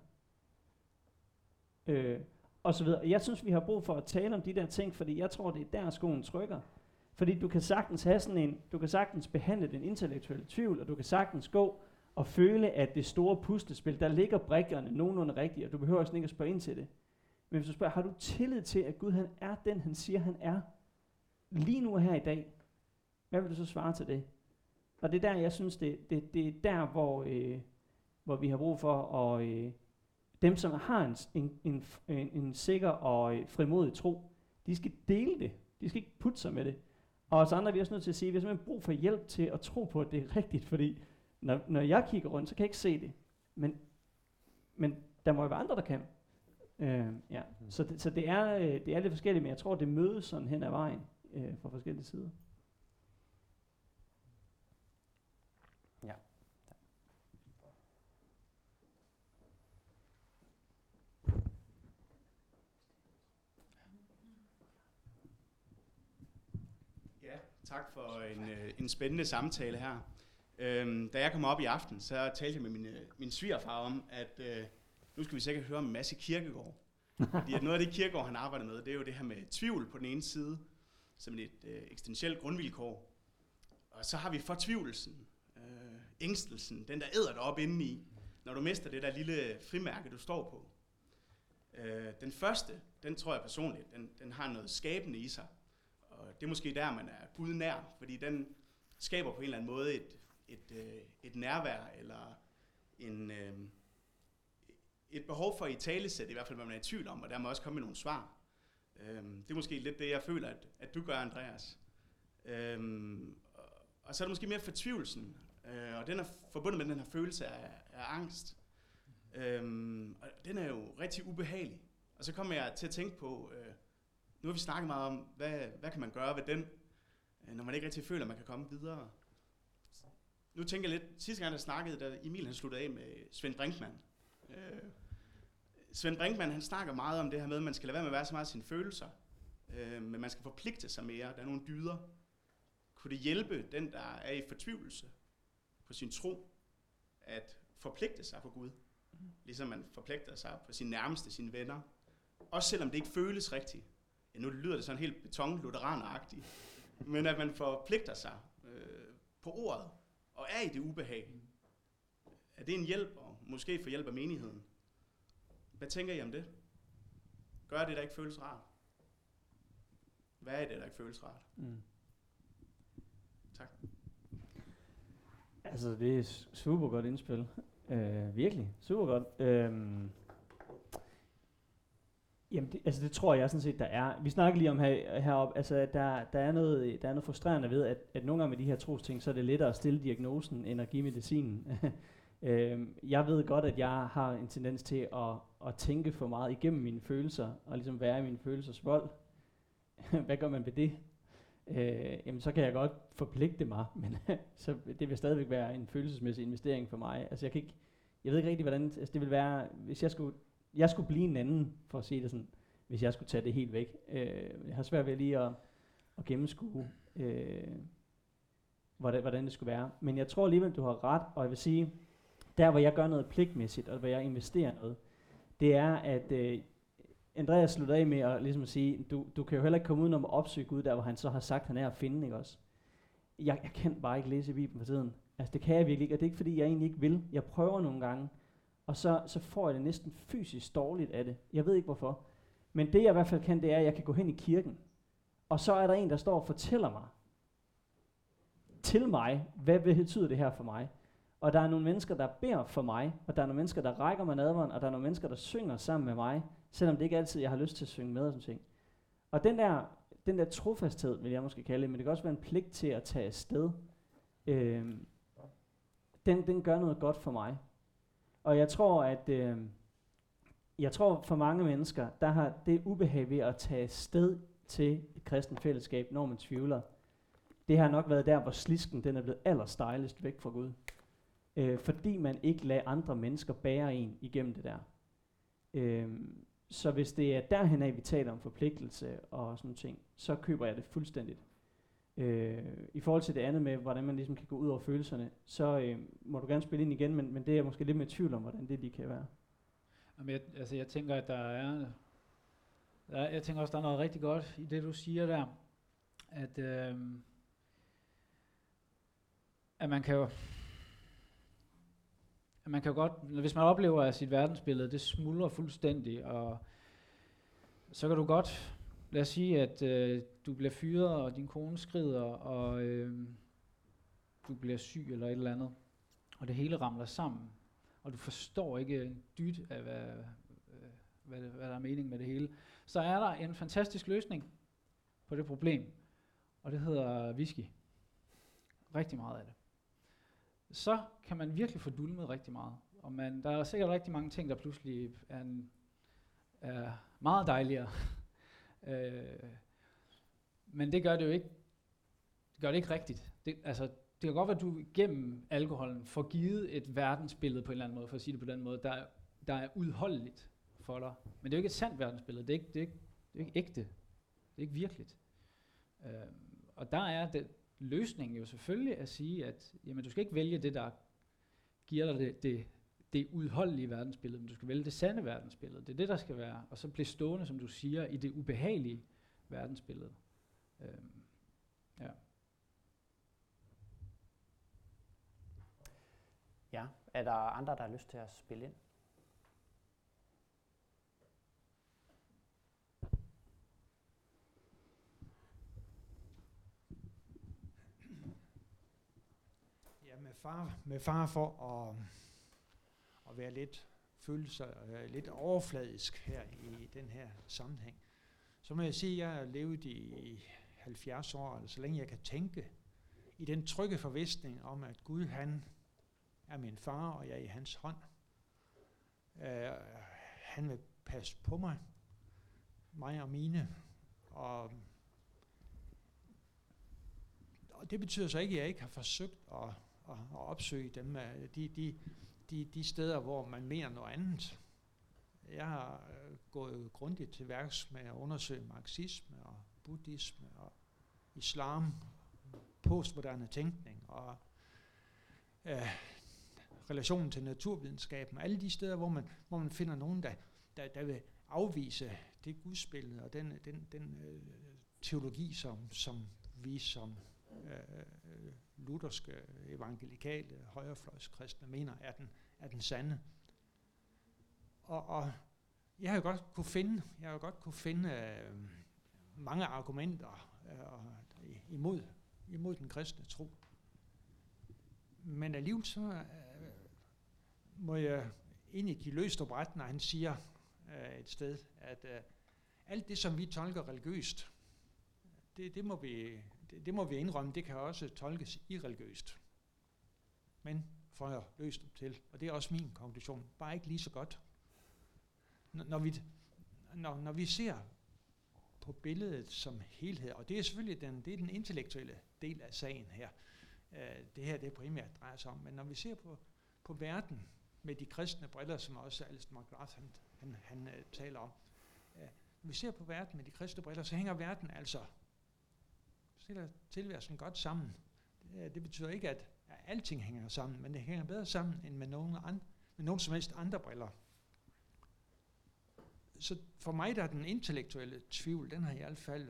Øh, og så videre. Jeg synes, vi har brug for at tale om de der ting, fordi jeg tror, det er der skoen trykker. Fordi du kan sagtens have sådan en, du kan sagtens behandle den intellektuelle tvivl, og du kan sagtens gå og føle, at det store puslespil, der ligger brikkerne nogenlunde rigtigt, og du behøver sådan ikke at spørge ind til det. Men hvis du spørger, har du tillid til, at Gud han er den, han siger, han er? Lige nu her i dag. Hvad vil du så svare til det? Og det er der, jeg synes, det, det, det er der, hvor, øh, hvor vi har brug for, at øh, dem, som har en, en, en, en, en sikker og øh, frimodig tro, de skal dele det. De skal ikke putte sig med det. Og os andre er vi også nødt til at sige, at vi har simpelthen brug for hjælp til at tro på, at det er rigtigt, fordi når, når jeg kigger rundt, så kan jeg ikke se det. Men, men der må jo være andre, der kan. Øh, ja. mm. Så, det, så det, er, øh, det er lidt forskelligt, men jeg tror, det mødes sådan hen ad vejen øh, fra forskellige sider. Ja. Ja, tak for en, øh, en spændende samtale her. Øhm, da jeg kom op i aften, så talte jeg med min, min svigerfar om, at øh, nu skal vi sikkert høre om en masse Kierkegaard. Fordi at noget af det Kierkegaard, han arbejder med, det er jo det her med tvivl på den ene side, som et øh, eksistentielt grundvilkår. Og så har vi fortvivlelsen, øh, ængstelsen, den der æder dig op indeni, når du mister det der lille frimærke, du står på. Øh, den første, den tror jeg personligt, den, den har noget skabende i sig. Og det er måske der, man er Gud nær, fordi den skaber på en eller anden måde et, et, øh, et nærvær, eller en, øh, et behov for at italesætte, i hvert fald hvad man er i tvivl om, og dermed også komme med nogle svar. Øh, det er måske lidt det, jeg føler, at, at du gør, Andreas. Øh, og, og så er det måske mere fortvivlelsen, øh, og den er forbundet med den her følelse af, af angst. Øh, og den er jo rigtig ubehagelig. Og så kommer jeg til at tænke på, øh, nu har vi snakket meget om, hvad, hvad kan man gøre ved den, når man ikke rigtig føler, at man kan komme videre. Nu tænker jeg lidt, sidste gang jeg snakkede, da Emil han sluttede af med Svend Brinkmann. Øh, Svend Brinkmann han snakker meget om det her med, at man skal lade være med at være så meget af sine følelser, øh, men man skal forpligte sig mere. Der er nogle dyder. Kunne det hjælpe den, der er i fortvivlelse på sin tro, at forpligte sig på Gud, ligesom man forpligter sig på sine nærmeste, sine venner, også selvom det ikke føles rigtigt. Ja, nu lyder det sådan helt beton-lutheraner-agtigt, men at man forpligter sig øh, på ordet, og er i det ubehag. Er det en hjælp, og måske for hjælp af menigheden? Hvad tænker I om det? Gør det, der ikke føles rart? Hvad er det, der ikke føles rart? Mm. Tak. Altså, det er super godt indspil. Øh, virkelig, super godt. Øhm Jamen, det, altså det tror jeg sådan set, der er. Vi snakker lige om her, heroppe, altså der, der, er noget, der er noget frustrerende ved, at, at nogle gange med de her trosting, så er det lettere at stille diagnosen, end at give medicinen. øhm, jeg ved godt, at jeg har en tendens til at, at tænke for meget igennem mine følelser, og ligesom være i mine følelsers vold. Hvad gør man ved det? Øh, jamen, så kan jeg godt forpligte mig, men så det vil stadigvæk være en følelsesmæssig investering for mig. Altså jeg kan ikke, jeg ved ikke rigtig, hvordan, altså det vil være, hvis jeg skulle, jeg skulle blive en anden, for at sige det sådan, hvis jeg skulle tage det helt væk. Øh, jeg har svært ved lige at, at gennemskue, øh, hvordan, hvordan det skulle være. Men jeg tror alligevel, du har ret, og jeg vil sige, der hvor jeg gør noget pligtmæssigt, og hvor jeg investerer noget, det er, at øh, Andreas slutter af med at ligesom sige, du, du kan jo heller ikke komme udenom at opsøge Gud, der hvor han så har sagt, han er at finde, ikke også? Jeg, jeg kan bare ikke læse i Bibelen for tiden. Altså det kan jeg virkelig ikke, og det er ikke fordi, jeg egentlig ikke vil. Jeg prøver nogle gange, og så, så får jeg det næsten fysisk dårligt af det. Jeg ved ikke hvorfor. Men det jeg i hvert fald kan, det er, at jeg kan gå hen i kirken, og så er der en, der står og fortæller mig, til mig, hvad betyder det her for mig? Og der er nogle mennesker, der beder for mig, og der er nogle mennesker, der rækker mig nadveren, og der er nogle mennesker, der synger sammen med mig, selvom det ikke altid, jeg har lyst til at synge med og sådan ting. Og den der den der trofasthed, vil jeg måske kalde det, men det kan også være en pligt til at tage afsted. Øh, den, den gør noget godt for mig. Og jeg tror, at øh, jeg tror for mange mennesker, der har det ubehag ved at tage afsted til et kristent fællesskab, når man tvivler. Det har nok været der, hvor slisken den er blevet allerstejligst væk fra Gud. Øh, fordi man ikke lader andre mennesker bære en igennem det der. Øh, så hvis det er derhen af, vi taler om forpligtelse og sådan ting, så køber jeg det fuldstændigt. Øh, I forhold til det andet med, hvordan man ligesom kan gå ud over følelserne, så øh, må du gerne spille ind igen, men, men det er jeg måske lidt mere i tvivl om, hvordan det lige kan være. Jamen, jeg, altså, jeg tænker, at der er, der er, jeg tænker også, der er noget rigtig godt i det, du siger der, at, øh, at man kan jo, at man kan jo godt, hvis man oplever, at sit verdensbillede, det smuldrer fuldstændig, og så kan du godt, lad os sige, at øh, du bliver fyret, og din kone skrider, og øh, du bliver syg eller et eller andet, og det hele ramler sammen, og du forstår ikke en dyt af, hvad, øh, hvad, det, hvad der er mening med det hele, så er der en fantastisk løsning på det problem, og det hedder whisky. Rigtig meget af det. Så kan man virkelig få dulmet rigtig meget, og man, der er sikkert rigtig mange ting, der pludselig er, en, er meget dejligere. øh, men det gør det jo ikke, det gør det ikke rigtigt. Det, altså, det kan godt være, at du gennem alkoholen får givet et verdensbillede på en eller anden måde, for at sige det på den måde, der, der er udholdeligt for dig. Men det er jo ikke et sandt verdensbillede, det er ikke, det er ikke, det er ikke ægte, det er ikke virkeligt. Øh, og der er det, løsningen jo selvfølgelig at sige, at jamen, du skal ikke vælge det, der giver dig det, det, det udholdelige verdensbillede, men du skal vælge det sande verdensbillede. Det er det, der skal være, og så blive stående, som du siger, i det ubehagelige verdensbillede. Øhm, ja. Ja, er der andre, der har lyst til at spille ind? Ja, med far, med far for at, at være lidt følelser, lidt overfladisk her i den her sammenhæng, så må jeg sige, at jeg har levet i halvfjerds år, altså så længe jeg kan tænke, i den trygge forvisning om, at Gud han er min far, og jeg er i hans hånd. Uh, han vil passe på mig, mig og mine, og, og det betyder så ikke, at jeg ikke har forsøgt at, at, at opsøge dem, de, de, de, de steder, hvor man mener noget andet. Jeg har uh, gået grundigt til værks med at undersøge marxisme og buddhisme og islam, postmoderne tænkning og uh, relationen til naturvidenskaben, alle de steder, hvor man, hvor man finder nogen, der, der, der vil afvise det gudsbillede og den, den, den øh, teologi, som, som vi som øh, lutherske, evangelikale, højrefløjskristne mener, er den, er den sande. Og, og jeg har jo godt kunne finde, jeg har jo godt kunne finde øh, mange argumenter øh, imod, imod den kristne tro. Men alligevel så øh, må jeg egentlig give løst og bræt, når han siger øh, et sted, at øh, alt det, som vi tolker religiøst, det, det, må vi, det, det må vi indrømme, det kan også tolkes irreligiøst. Men får jeg løst dem til, og det er også min konklusion, bare ikke lige så godt. N- når, vi, når, når vi ser på billedet som helhed, og det er selvfølgelig den, det er den intellektuelle del af sagen her, uh, det her det primært drejer sig om, men når vi ser på, på verden med de kristne briller, som også Alistair McGrath han, han, han uh, taler om, uh, når vi ser på verden med de kristne briller, så hænger verden altså stiller tilværelsen godt sammen. Det, det betyder ikke, at, at alting hænger sammen, men det hænger bedre sammen end med nogen, and, med nogen som helst andre briller. Så for mig, der er den intellektuelle tvivl, den har i hvert fald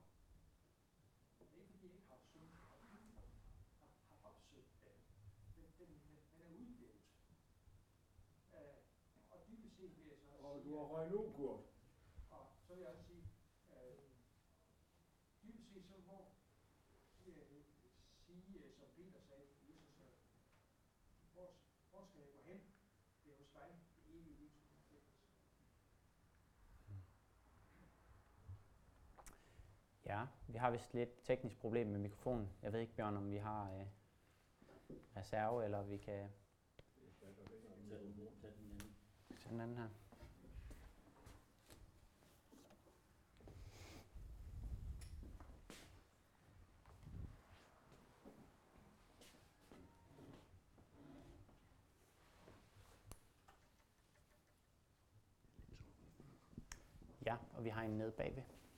og du har røget ud, Kurt. Og så vil jeg også sige, øh, dybest set så hvor, vil jeg sige, som Peter sagde til Jesus, hvor, hvor skal jeg gå hen? Det er hos dig, det evige liv. Ja, Ja, vi har vist lidt teknisk problem med mikrofonen. Jeg ved ikke, Bjørn, om vi har øh, reserve, eller vi kan tage den anden her. Ja, og vi har en nede bagved.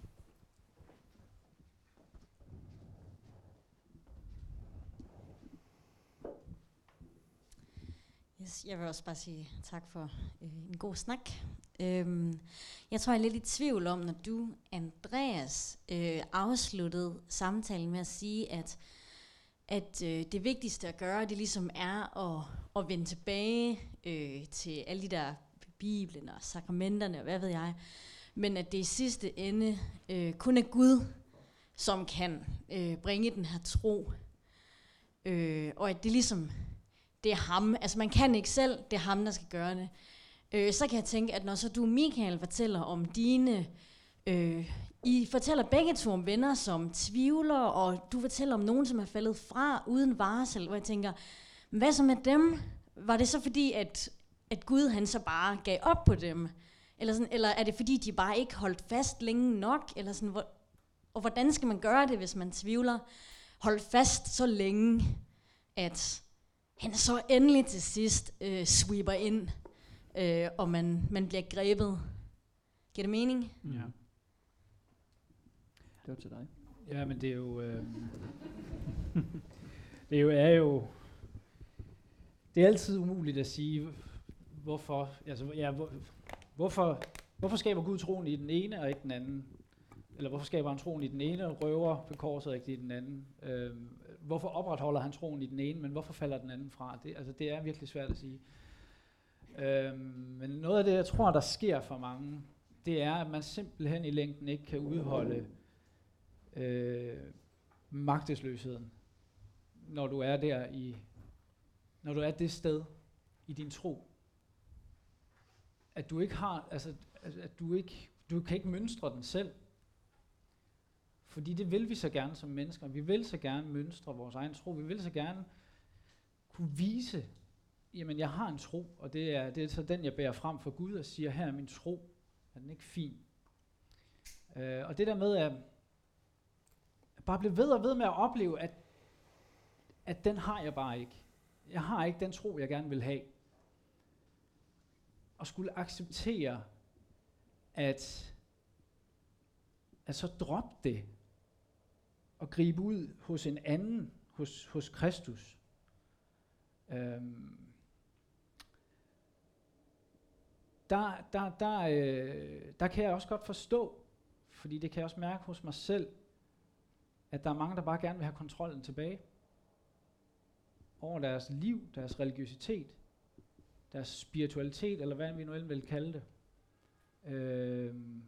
Yes, jeg vil også bare sige tak for øh, en god snak. Øhm, jeg tror, jeg er lidt i tvivl om, når du, Andreas, øh, afsluttede samtalen med at sige, at, at øh, det vigtigste at gøre, det ligesom er at, at vende tilbage øh, til alle de der Bibelen og sakramenterne og hvad ved jeg, men at det i sidste ende øh, kun er Gud, som kan øh, bringe den her tro, øh, og at det ligesom det er ham, altså man kan ikke selv, det er ham, der skal gøre det. Øh, så kan jeg tænke, at når så du, Michael, fortæller om dine, øh, I fortæller begge to om venner, som tvivler, og du fortæller om nogen, som er faldet fra uden varsel, hvor jeg tænker, hvad så med dem? Var det så fordi, at, at Gud han så bare gav op på dem? Eller, sådan, eller er det fordi, de bare ikke holdt fast længe nok? Eller sådan, hvor, og hvordan skal man gøre det, hvis man tvivler? Hold fast så længe, at han så endelig til sidst øh, sweeper ind, øh, og man, man bliver grebet. Giver det mening? Ja. Det var til dig. Ja, men det er jo... Øh, det er jo, er jo... Det er altid umuligt at sige, hvorfor... Altså, ja, hvor, hvorfor, hvorfor skaber Gud troen i den ene og ikke den anden? Eller hvorfor skaber han troen i den ene og røver ved korset og ikke i den anden? Øh, hvorfor opretholder han troen i den ene, men hvorfor falder den anden fra? Det, altså, det er virkelig svært at sige. Øhm, men noget af det, jeg tror, der sker for mange, det er, at man simpelthen i længden ikke kan udholde øh, magtesløsheden, når du er der i, når du er det sted i din tro. At du ikke har, altså, at, at du ikke, du kan ikke mønstre den selv. Fordi det vil vi så gerne som mennesker. Vi vil så gerne mønstre vores egen tro. Vi vil så gerne kunne vise, jamen jeg har en tro, og det er, det er så den, jeg bærer frem for Gud og siger, her er min tro. Er den ikke fin? Uh, og det der med at bare blive ved og ved med at opleve, at, at den har jeg bare ikke. Jeg har ikke den tro, jeg gerne vil have. Og skulle acceptere, at, at så drop det, og gribe ud hos en anden, hos, hos Kristus. Øhm, der, der, der, øh, der kan jeg også godt forstå, fordi det kan jeg også mærke hos mig selv, at der er mange, der bare gerne vil have kontrollen tilbage over deres liv, deres religiøsitet, deres spiritualitet, eller hvad vi nu end vil kalde det. Øhm,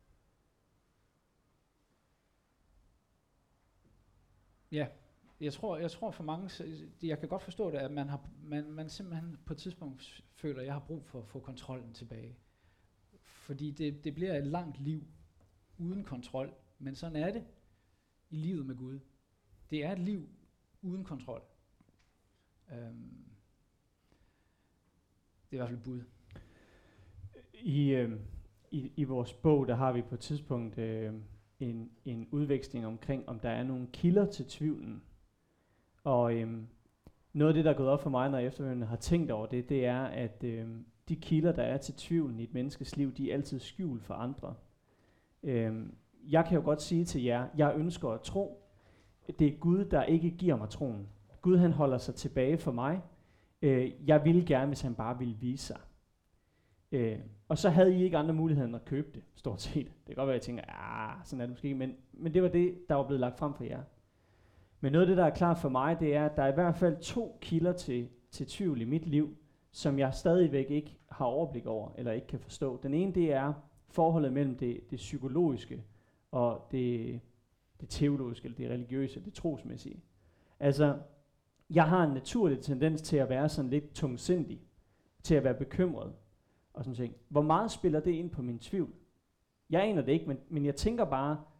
Ja, jeg tror, jeg tror for mange, jeg kan godt forstå det, at man, har, man, man simpelthen på et tidspunkt føler, at jeg har brug for at få kontrollen tilbage. Fordi det, det bliver et langt liv uden kontrol, men sådan er det i livet med Gud. Det er et liv uden kontrol. Um, det er i hvert fald bud. I, øh, i, I vores bog, der har vi på et tidspunkt øh, en, en udveksling omkring, om der er nogle kilder til tvivlen. Og øhm, noget af det, der er gået op for mig, når jeg efterfølgende har tænkt over det, det er, at øhm, de kilder, der er til tvivlen i et menneskes liv, de er altid skjult for andre. Øhm, jeg kan jo godt sige til jer, jeg ønsker at tro. Det er Gud, der ikke giver mig troen. Gud, han holder sig tilbage for mig. Øh, jeg ville gerne, hvis han bare ville vise sig. Øh, og så havde I ikke andre muligheder end at købe det, stort set. Det kan godt være, at jeg tænker, ah, sådan er det måske ikke, men, men det var det, der var blevet lagt frem for jer. Men noget af det, der er klart for mig, det er, at der er i hvert fald to kilder til, til tvivl i mit liv, som jeg stadigvæk ikke har overblik over, eller ikke kan forstå. Den ene, det er forholdet mellem det, det psykologiske og det, det teologiske, eller det religiøse, det trosmæssige. Altså, jeg har en naturlig tendens til at være sådan lidt tungsindig, til at være bekymret, og sådan ting. Hvor meget spiller det ind på min tvivl? Jeg aner det ikke, men, men jeg tænker bare,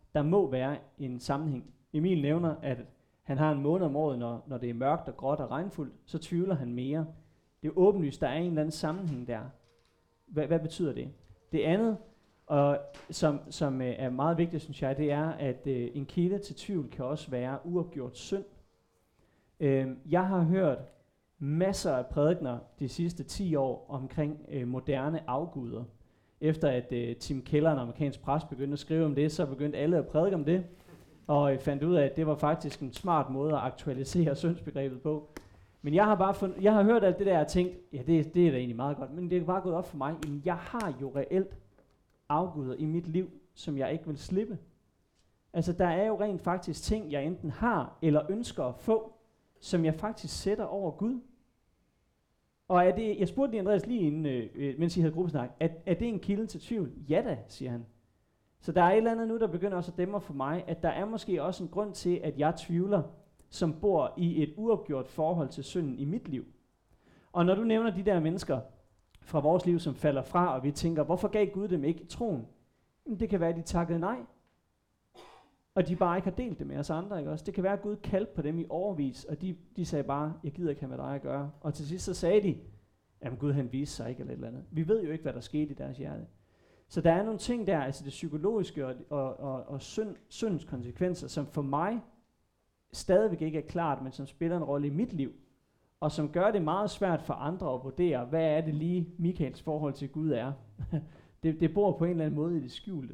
Der må være en sammenhæng. Emil nævner, at han har en måned om året, når, når det er mørkt og gråt og regnfuldt, så tvivler han mere. Det er åbenlyst, der er en eller anden sammenhæng der. Hvad, hvad betyder det? Det andet, og som, som øh, er meget vigtigt, synes jeg, det er, at øh, en kilde til tvivl kan også være uopgjort synd. Øh, jeg har hørt masser af prædikener de sidste ti år omkring øh, moderne afguder. Efter at øh, Tim Keller, en amerikansk præst, begyndte at skrive om det, så begyndte alle at prædike om det, og øh, fandt ud af, at det var faktisk en smart måde at aktualisere syndsbegrebet på. Men jeg har bare fund, jeg har hørt alt det der og tænkt, ja, det, det er da egentlig meget godt, men det er bare gået op for mig, jamen jeg har jo reelt afguder i mit liv, som jeg ikke vil slippe. Altså der er jo rent faktisk ting, jeg enten har eller ønsker at få, som jeg faktisk sætter over Gud. Og er det, jeg spurgte lige Andreas lige inden, øh, mens I havde gruppesnak, er, er det en kilde til tvivl? Ja da, siger han. Så der er et eller andet nu, der begynder også at dæmme for mig, at der er måske også en grund til, at jeg tvivler, som bor i et uopgjort forhold til synden i mit liv. Og når du nævner de der mennesker fra vores liv, som falder fra, og vi tænker, hvorfor gav Gud dem ikke troen? Jamen, det kan være, at de takkede nej. Og de bare ikke har delt det med os andre, ikke også? Det kan være, at Gud kaldte på dem i årevis, og de, de sagde bare, jeg gider ikke have med dig at gøre. Og til sidst så sagde de, jamen Gud han viste sig ikke, eller et eller andet. Vi ved jo ikke, hvad der skete i deres hjerte. Så der er nogle ting der, altså det psykologiske og, og, og, og synd, syndens konsekvenser, som for mig stadigvæk ikke er klart, men som spiller en rolle i mit liv, og som gør det meget svært for andre at vurdere, hvad er det lige Michaels forhold til Gud er. det, det bor på en eller anden måde i det skjulte.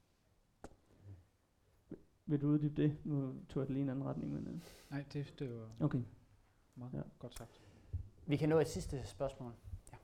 Vil du uddybe det? Nu tog jeg det lige en anden retning. Men, uh. Nej, det, det var okay. meget ja. godt sagt. Vi kan nå et sidste spørgsmål. Ja.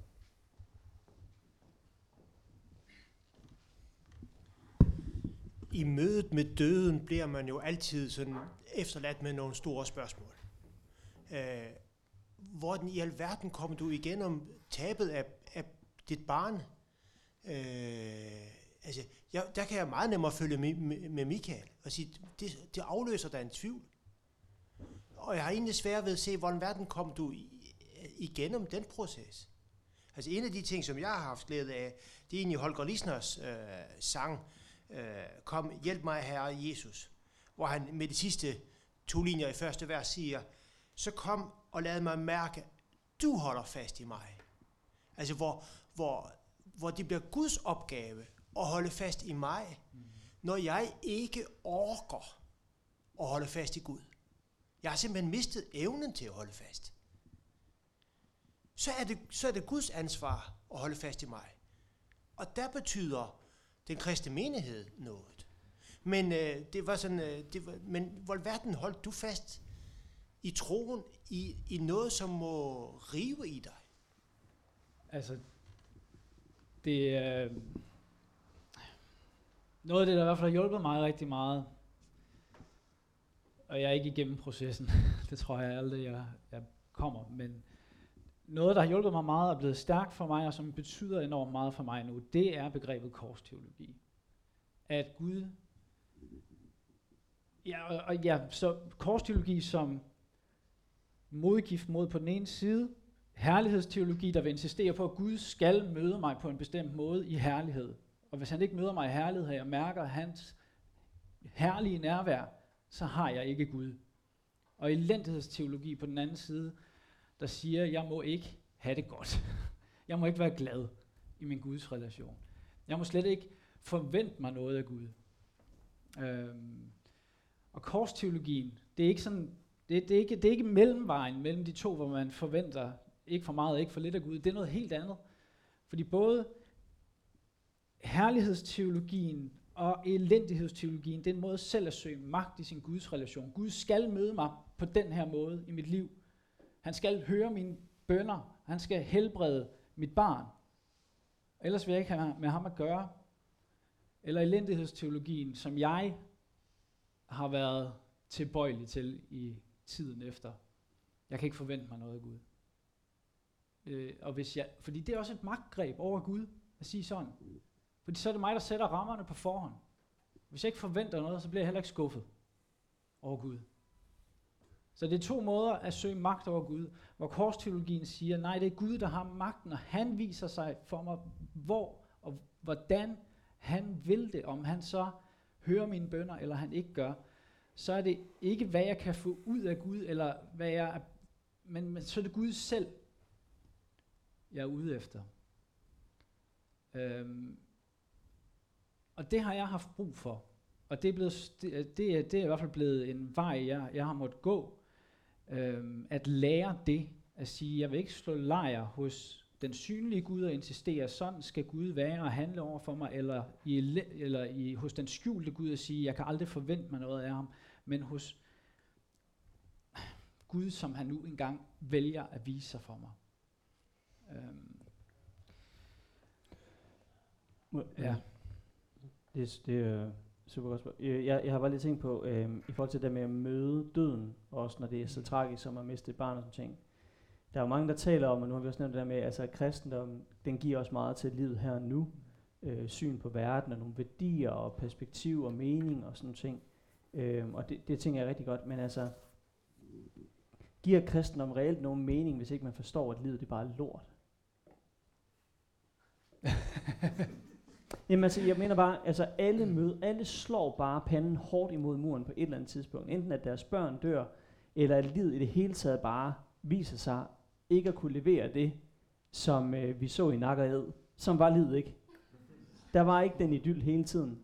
I mødet med døden bliver man jo altid sådan efterladt med nogle store spørgsmål. Uh, hvordan i alverden kommer du igennem tabet af, af dit barn? Uh, Altså, jeg, der kan jeg meget nemmere følge med, med, med Michael og sige, det, det afløser da en tvivl. Og jeg har egentlig svært ved at se, hvordan verden kom du i, igennem den proces. Altså en af de ting, som jeg har haft glæde af, det er egentlig Holger Lisners øh, sang, øh, Kom, hjælp mig, Herre Jesus, hvor han med de sidste to linjer i første vers siger, så kom og lad mig mærke, du holder fast i mig. Altså hvor, hvor, hvor det bliver Guds opgave at holde fast i mig, mm. når jeg ikke orker at holde fast i Gud. Jeg har simpelthen mistet evnen til at holde fast. Så er det, så er det Guds ansvar at holde fast i mig. Og der betyder den kristne menighed noget. Men øh, det var sådan, øh, det var, men hvor verden holdt du fast i troen i, i noget, som må rive i dig? Altså, det er... Øh Noget af det, der i hvert fald har hjulpet mig rigtig meget, og jeg er ikke igennem processen, det tror jeg aldrig, jeg, jeg kommer, men noget, der har hjulpet mig meget og er blevet stærkt for mig, og som betyder enormt meget for mig nu, det er begrebet korsteologi. At Gud, ja, og, og ja, så korsteologi som modgift mod på den ene side, herlighedsteologi, der vil insistere på, at Gud skal møde mig på en bestemt måde i herlighed. Og hvis han ikke møder mig i herlighed, og jeg mærker hans herlige nærvær, så har jeg ikke Gud. Og elendighedsteologi på den anden side, der siger, at jeg må ikke have det godt. Jeg må ikke være glad i min Guds relation. Jeg må slet ikke forvente mig noget af Gud. Øhm, og korsteologien, det er ikke sådan, det, det, er ikke, det er ikke mellemvejen mellem de to, hvor man forventer ikke for meget og ikke for lidt af Gud. Det er noget helt andet. Fordi både herlighedsteologien og elendighedsteologien, det er en måde selv at søge magt i sin Guds relation. Gud skal møde mig på den her måde i mit liv. Han skal høre mine bønner. Han skal helbrede mit barn. Ellers vil jeg ikke have med ham at gøre. Eller elendighedsteologien, som jeg har været tilbøjelig til i tiden efter. Jeg kan ikke forvente mig noget af Gud. Øh, og hvis jeg, fordi det er også et magtgreb over Gud, at sige sådan. Fordi så er det mig, der sætter rammerne på forhånd. Hvis jeg ikke forventer noget, så bliver jeg heller ikke skuffet over Gud. Så det er to måder at søge magt over Gud, hvor korsteologien siger, nej, det er Gud, der har magten, og han viser sig for mig, hvor og hvordan han vil det. Om han så hører mine bønner, eller han ikke gør, så er det ikke, hvad jeg kan få ud af Gud, eller hvad jeg er, men, men så er det Gud selv, jeg er ude efter. Øhm, og det har jeg haft brug for. Og det er, blevet, det, det, er, det er i hvert fald blevet en vej, jeg, jeg har måttet gå. Øhm, at lære det, at sige, jeg vil ikke slå lejr hos den synlige Gud og insistere, sådan skal Gud være og handle over for mig, eller, i, eller i, hos den skjulte Gud at sige, jeg kan aldrig forvente mig noget af ham, men hos Gud, som han nu engang vælger at vise sig for mig. Øhm. Ja. Det, det er super godt spørgsmål. Jeg, jeg har bare lige tænkt på, øhm, i forhold til det med at møde døden, også når det er så tragisk som at miste et barn og sådan ting. Der er jo mange, der taler om, og nu har vi også nævnt det der med, altså, at kristendom, den giver os meget til livet her og nu. Øh, syn på verden og nogle værdier og perspektiv og mening og sådan ting. Øhm, og det, det tænker jeg rigtig godt, men altså, giver kristendom reelt nogen mening, hvis ikke man forstår, at livet det bare er lort? Jamen altså, jeg mener bare, altså alle møder, alle slår bare panden hårdt imod muren på et eller andet tidspunkt. Enten at deres børn dør, eller at livet i det hele taget bare viser sig ikke at kunne levere det, som øh, vi så i Nak og Æd, som var livet ikke. Der var ikke den idyll hele tiden.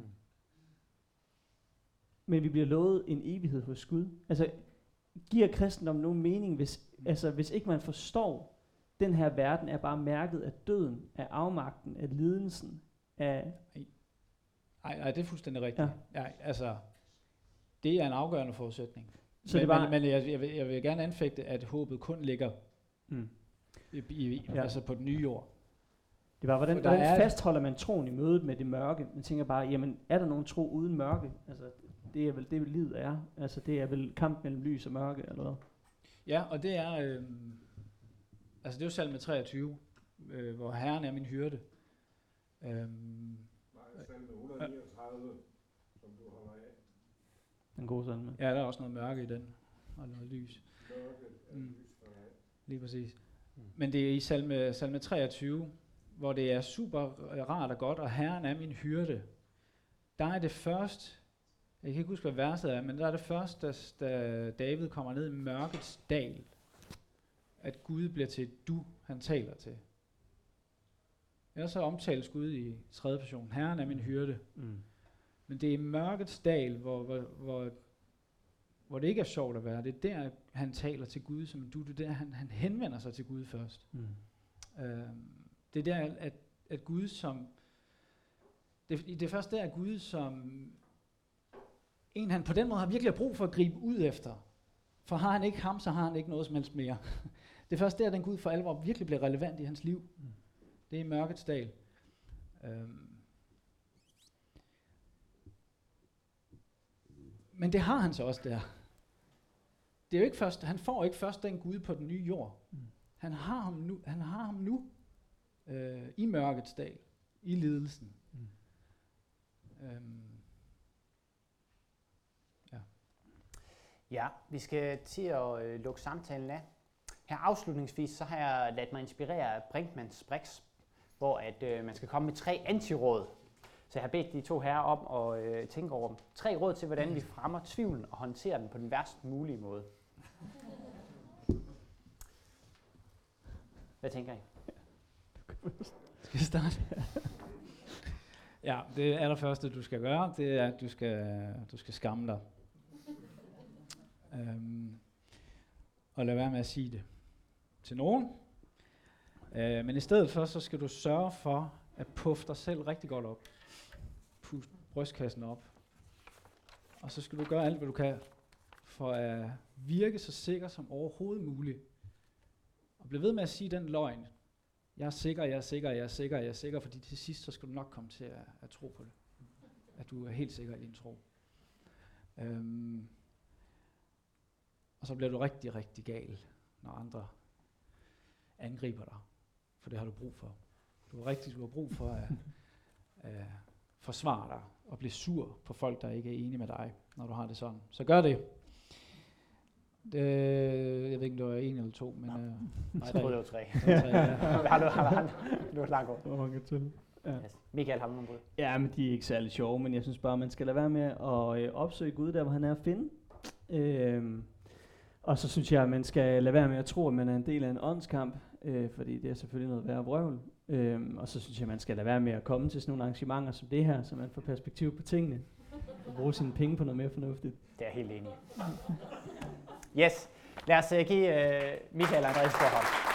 Men vi bliver lovet en evighed hos Gud. Altså, giver kristendom nogen mening, hvis, altså, hvis ikke man forstår, den her verden er bare mærket af døden, af afmagten, af lidelsen, af... Nej, nej, det er fuldstændig rigtigt. Ja. Ja, altså, det er en afgørende forudsætning. Så men, det var, men, men jeg, jeg, vil, jeg vil gerne anfægte, at håbet kun ligger mm. i, i, ja. altså på den nye jord. Det var, hvordan, hvordan fastholder man troen i mødet med det mørke? Man tænker bare, jamen, er der nogen tro uden mørke? Altså, det er vel det, livet er. Altså, det er vel kamp mellem lys og mørke, eller hvad? Ja, og det er... Øh, altså, det er jo salme treogtyve, øh, hvor Herren er min hyrde. Øhm, Nej, salme et hundrede og niogtredive, som du holder af. En god salme. Ja, der er også noget mørke i den, og noget lys. Mørke er mm. lys for dig. Lige præcis. Mm. Men det er i salme, salme treogtyve, hvor det er super rart og godt, og Herren er min hyrde. Der er det først, jeg kan ikke huske, hvad verset er, men der er det først, da, da David kommer ned i mørkets dal, at Gud bliver til et du, han taler til. Ellers så omtales Gud i tredje person. Herren er min hyrde. Mm. Men det er i mørkets dal, hvor, hvor, hvor, hvor det ikke er sjovt at være. Det er der, han taler til Gud som en du. Det er der, han, han henvender sig til Gud først. Mm. Øhm, det er der, at, at Gud som... Det, det er først der, at Gud som... En, han på den måde har virkelig brug for at gribe ud efter. For har han ikke ham, så har han ikke noget som helst mere. Det er først der, at den Gud for alvor virkelig bliver relevant i hans liv. Mm. Det er i mørkets dal. Øhm. Men det har han så også der. Det er jo ikke først, han får ikke først den Gud på den nye jord. Mm. Han har ham nu, han har ham nu øh, i mørkets dal, i lidelsen. Mm. Øhm. Ja. Ja, vi skal til at øh, lukke samtalen af. Her afslutningsvis så har jeg ladet mig inspirere af Brinkmanns Brix, hvor at, øh, man skal komme med tre antiråd. Så jeg har bedt de to herrer om at øh, tænke over dem. Tre råd til, hvordan vi fremmer tvivlen og håndterer den på den værst mulige måde. Hvad tænker I? Skal vi starte? Ja, det allerførste, du skal gøre, det er, at du skal, du skal skamme dig. Um, og lad være med at sige det til nogen. Uh, men i stedet for, så skal du sørge for at puffe dig selv rigtig godt op. Pust brystkassen op. Og så skal du gøre alt, hvad du kan, for at virke så sikker som overhovedet muligt. Og bliv ved med at sige den løgn. Jeg er sikker, jeg er sikker, jeg er sikker, jeg er sikker, fordi til sidst, så skal du nok komme til at, at tro på det. At du er helt sikker i din tro. Um, og så bliver du rigtig, rigtig gal, når andre angriber dig. For det har du brug for. Du har rigtig, du har brug for at uh, forsvare dig og blive sur på folk, der ikke er enige med dig, når du har det sådan. Så gør det. Det, jeg ved ikke, om det var en eller to, men... Uh, Nej, jeg troede, det var tre. tre ja. Har du, har du, du har langt over. Hvor mange til? Ja. Yes. Michael, har du nogle bud? Ja, men de er ikke særlig sjove, men jeg synes bare, man skal lade være med at øh, opsøge Gud, der hvor han er at finde. Øhm, og så synes jeg, at man skal lade være med at tro, at man er en del af en åndskamp, øh, fordi det er selvfølgelig noget værre vrøvl. Øhm, og så synes jeg, at man skal lade være med at komme til sådan nogle arrangementer som det her, så man får perspektiv på tingene, og bruge sine penge på noget mere fornuftigt. Det er jeg helt enig i. Yes, lad os uh, give uh, Michael og Andreas en stor hånd.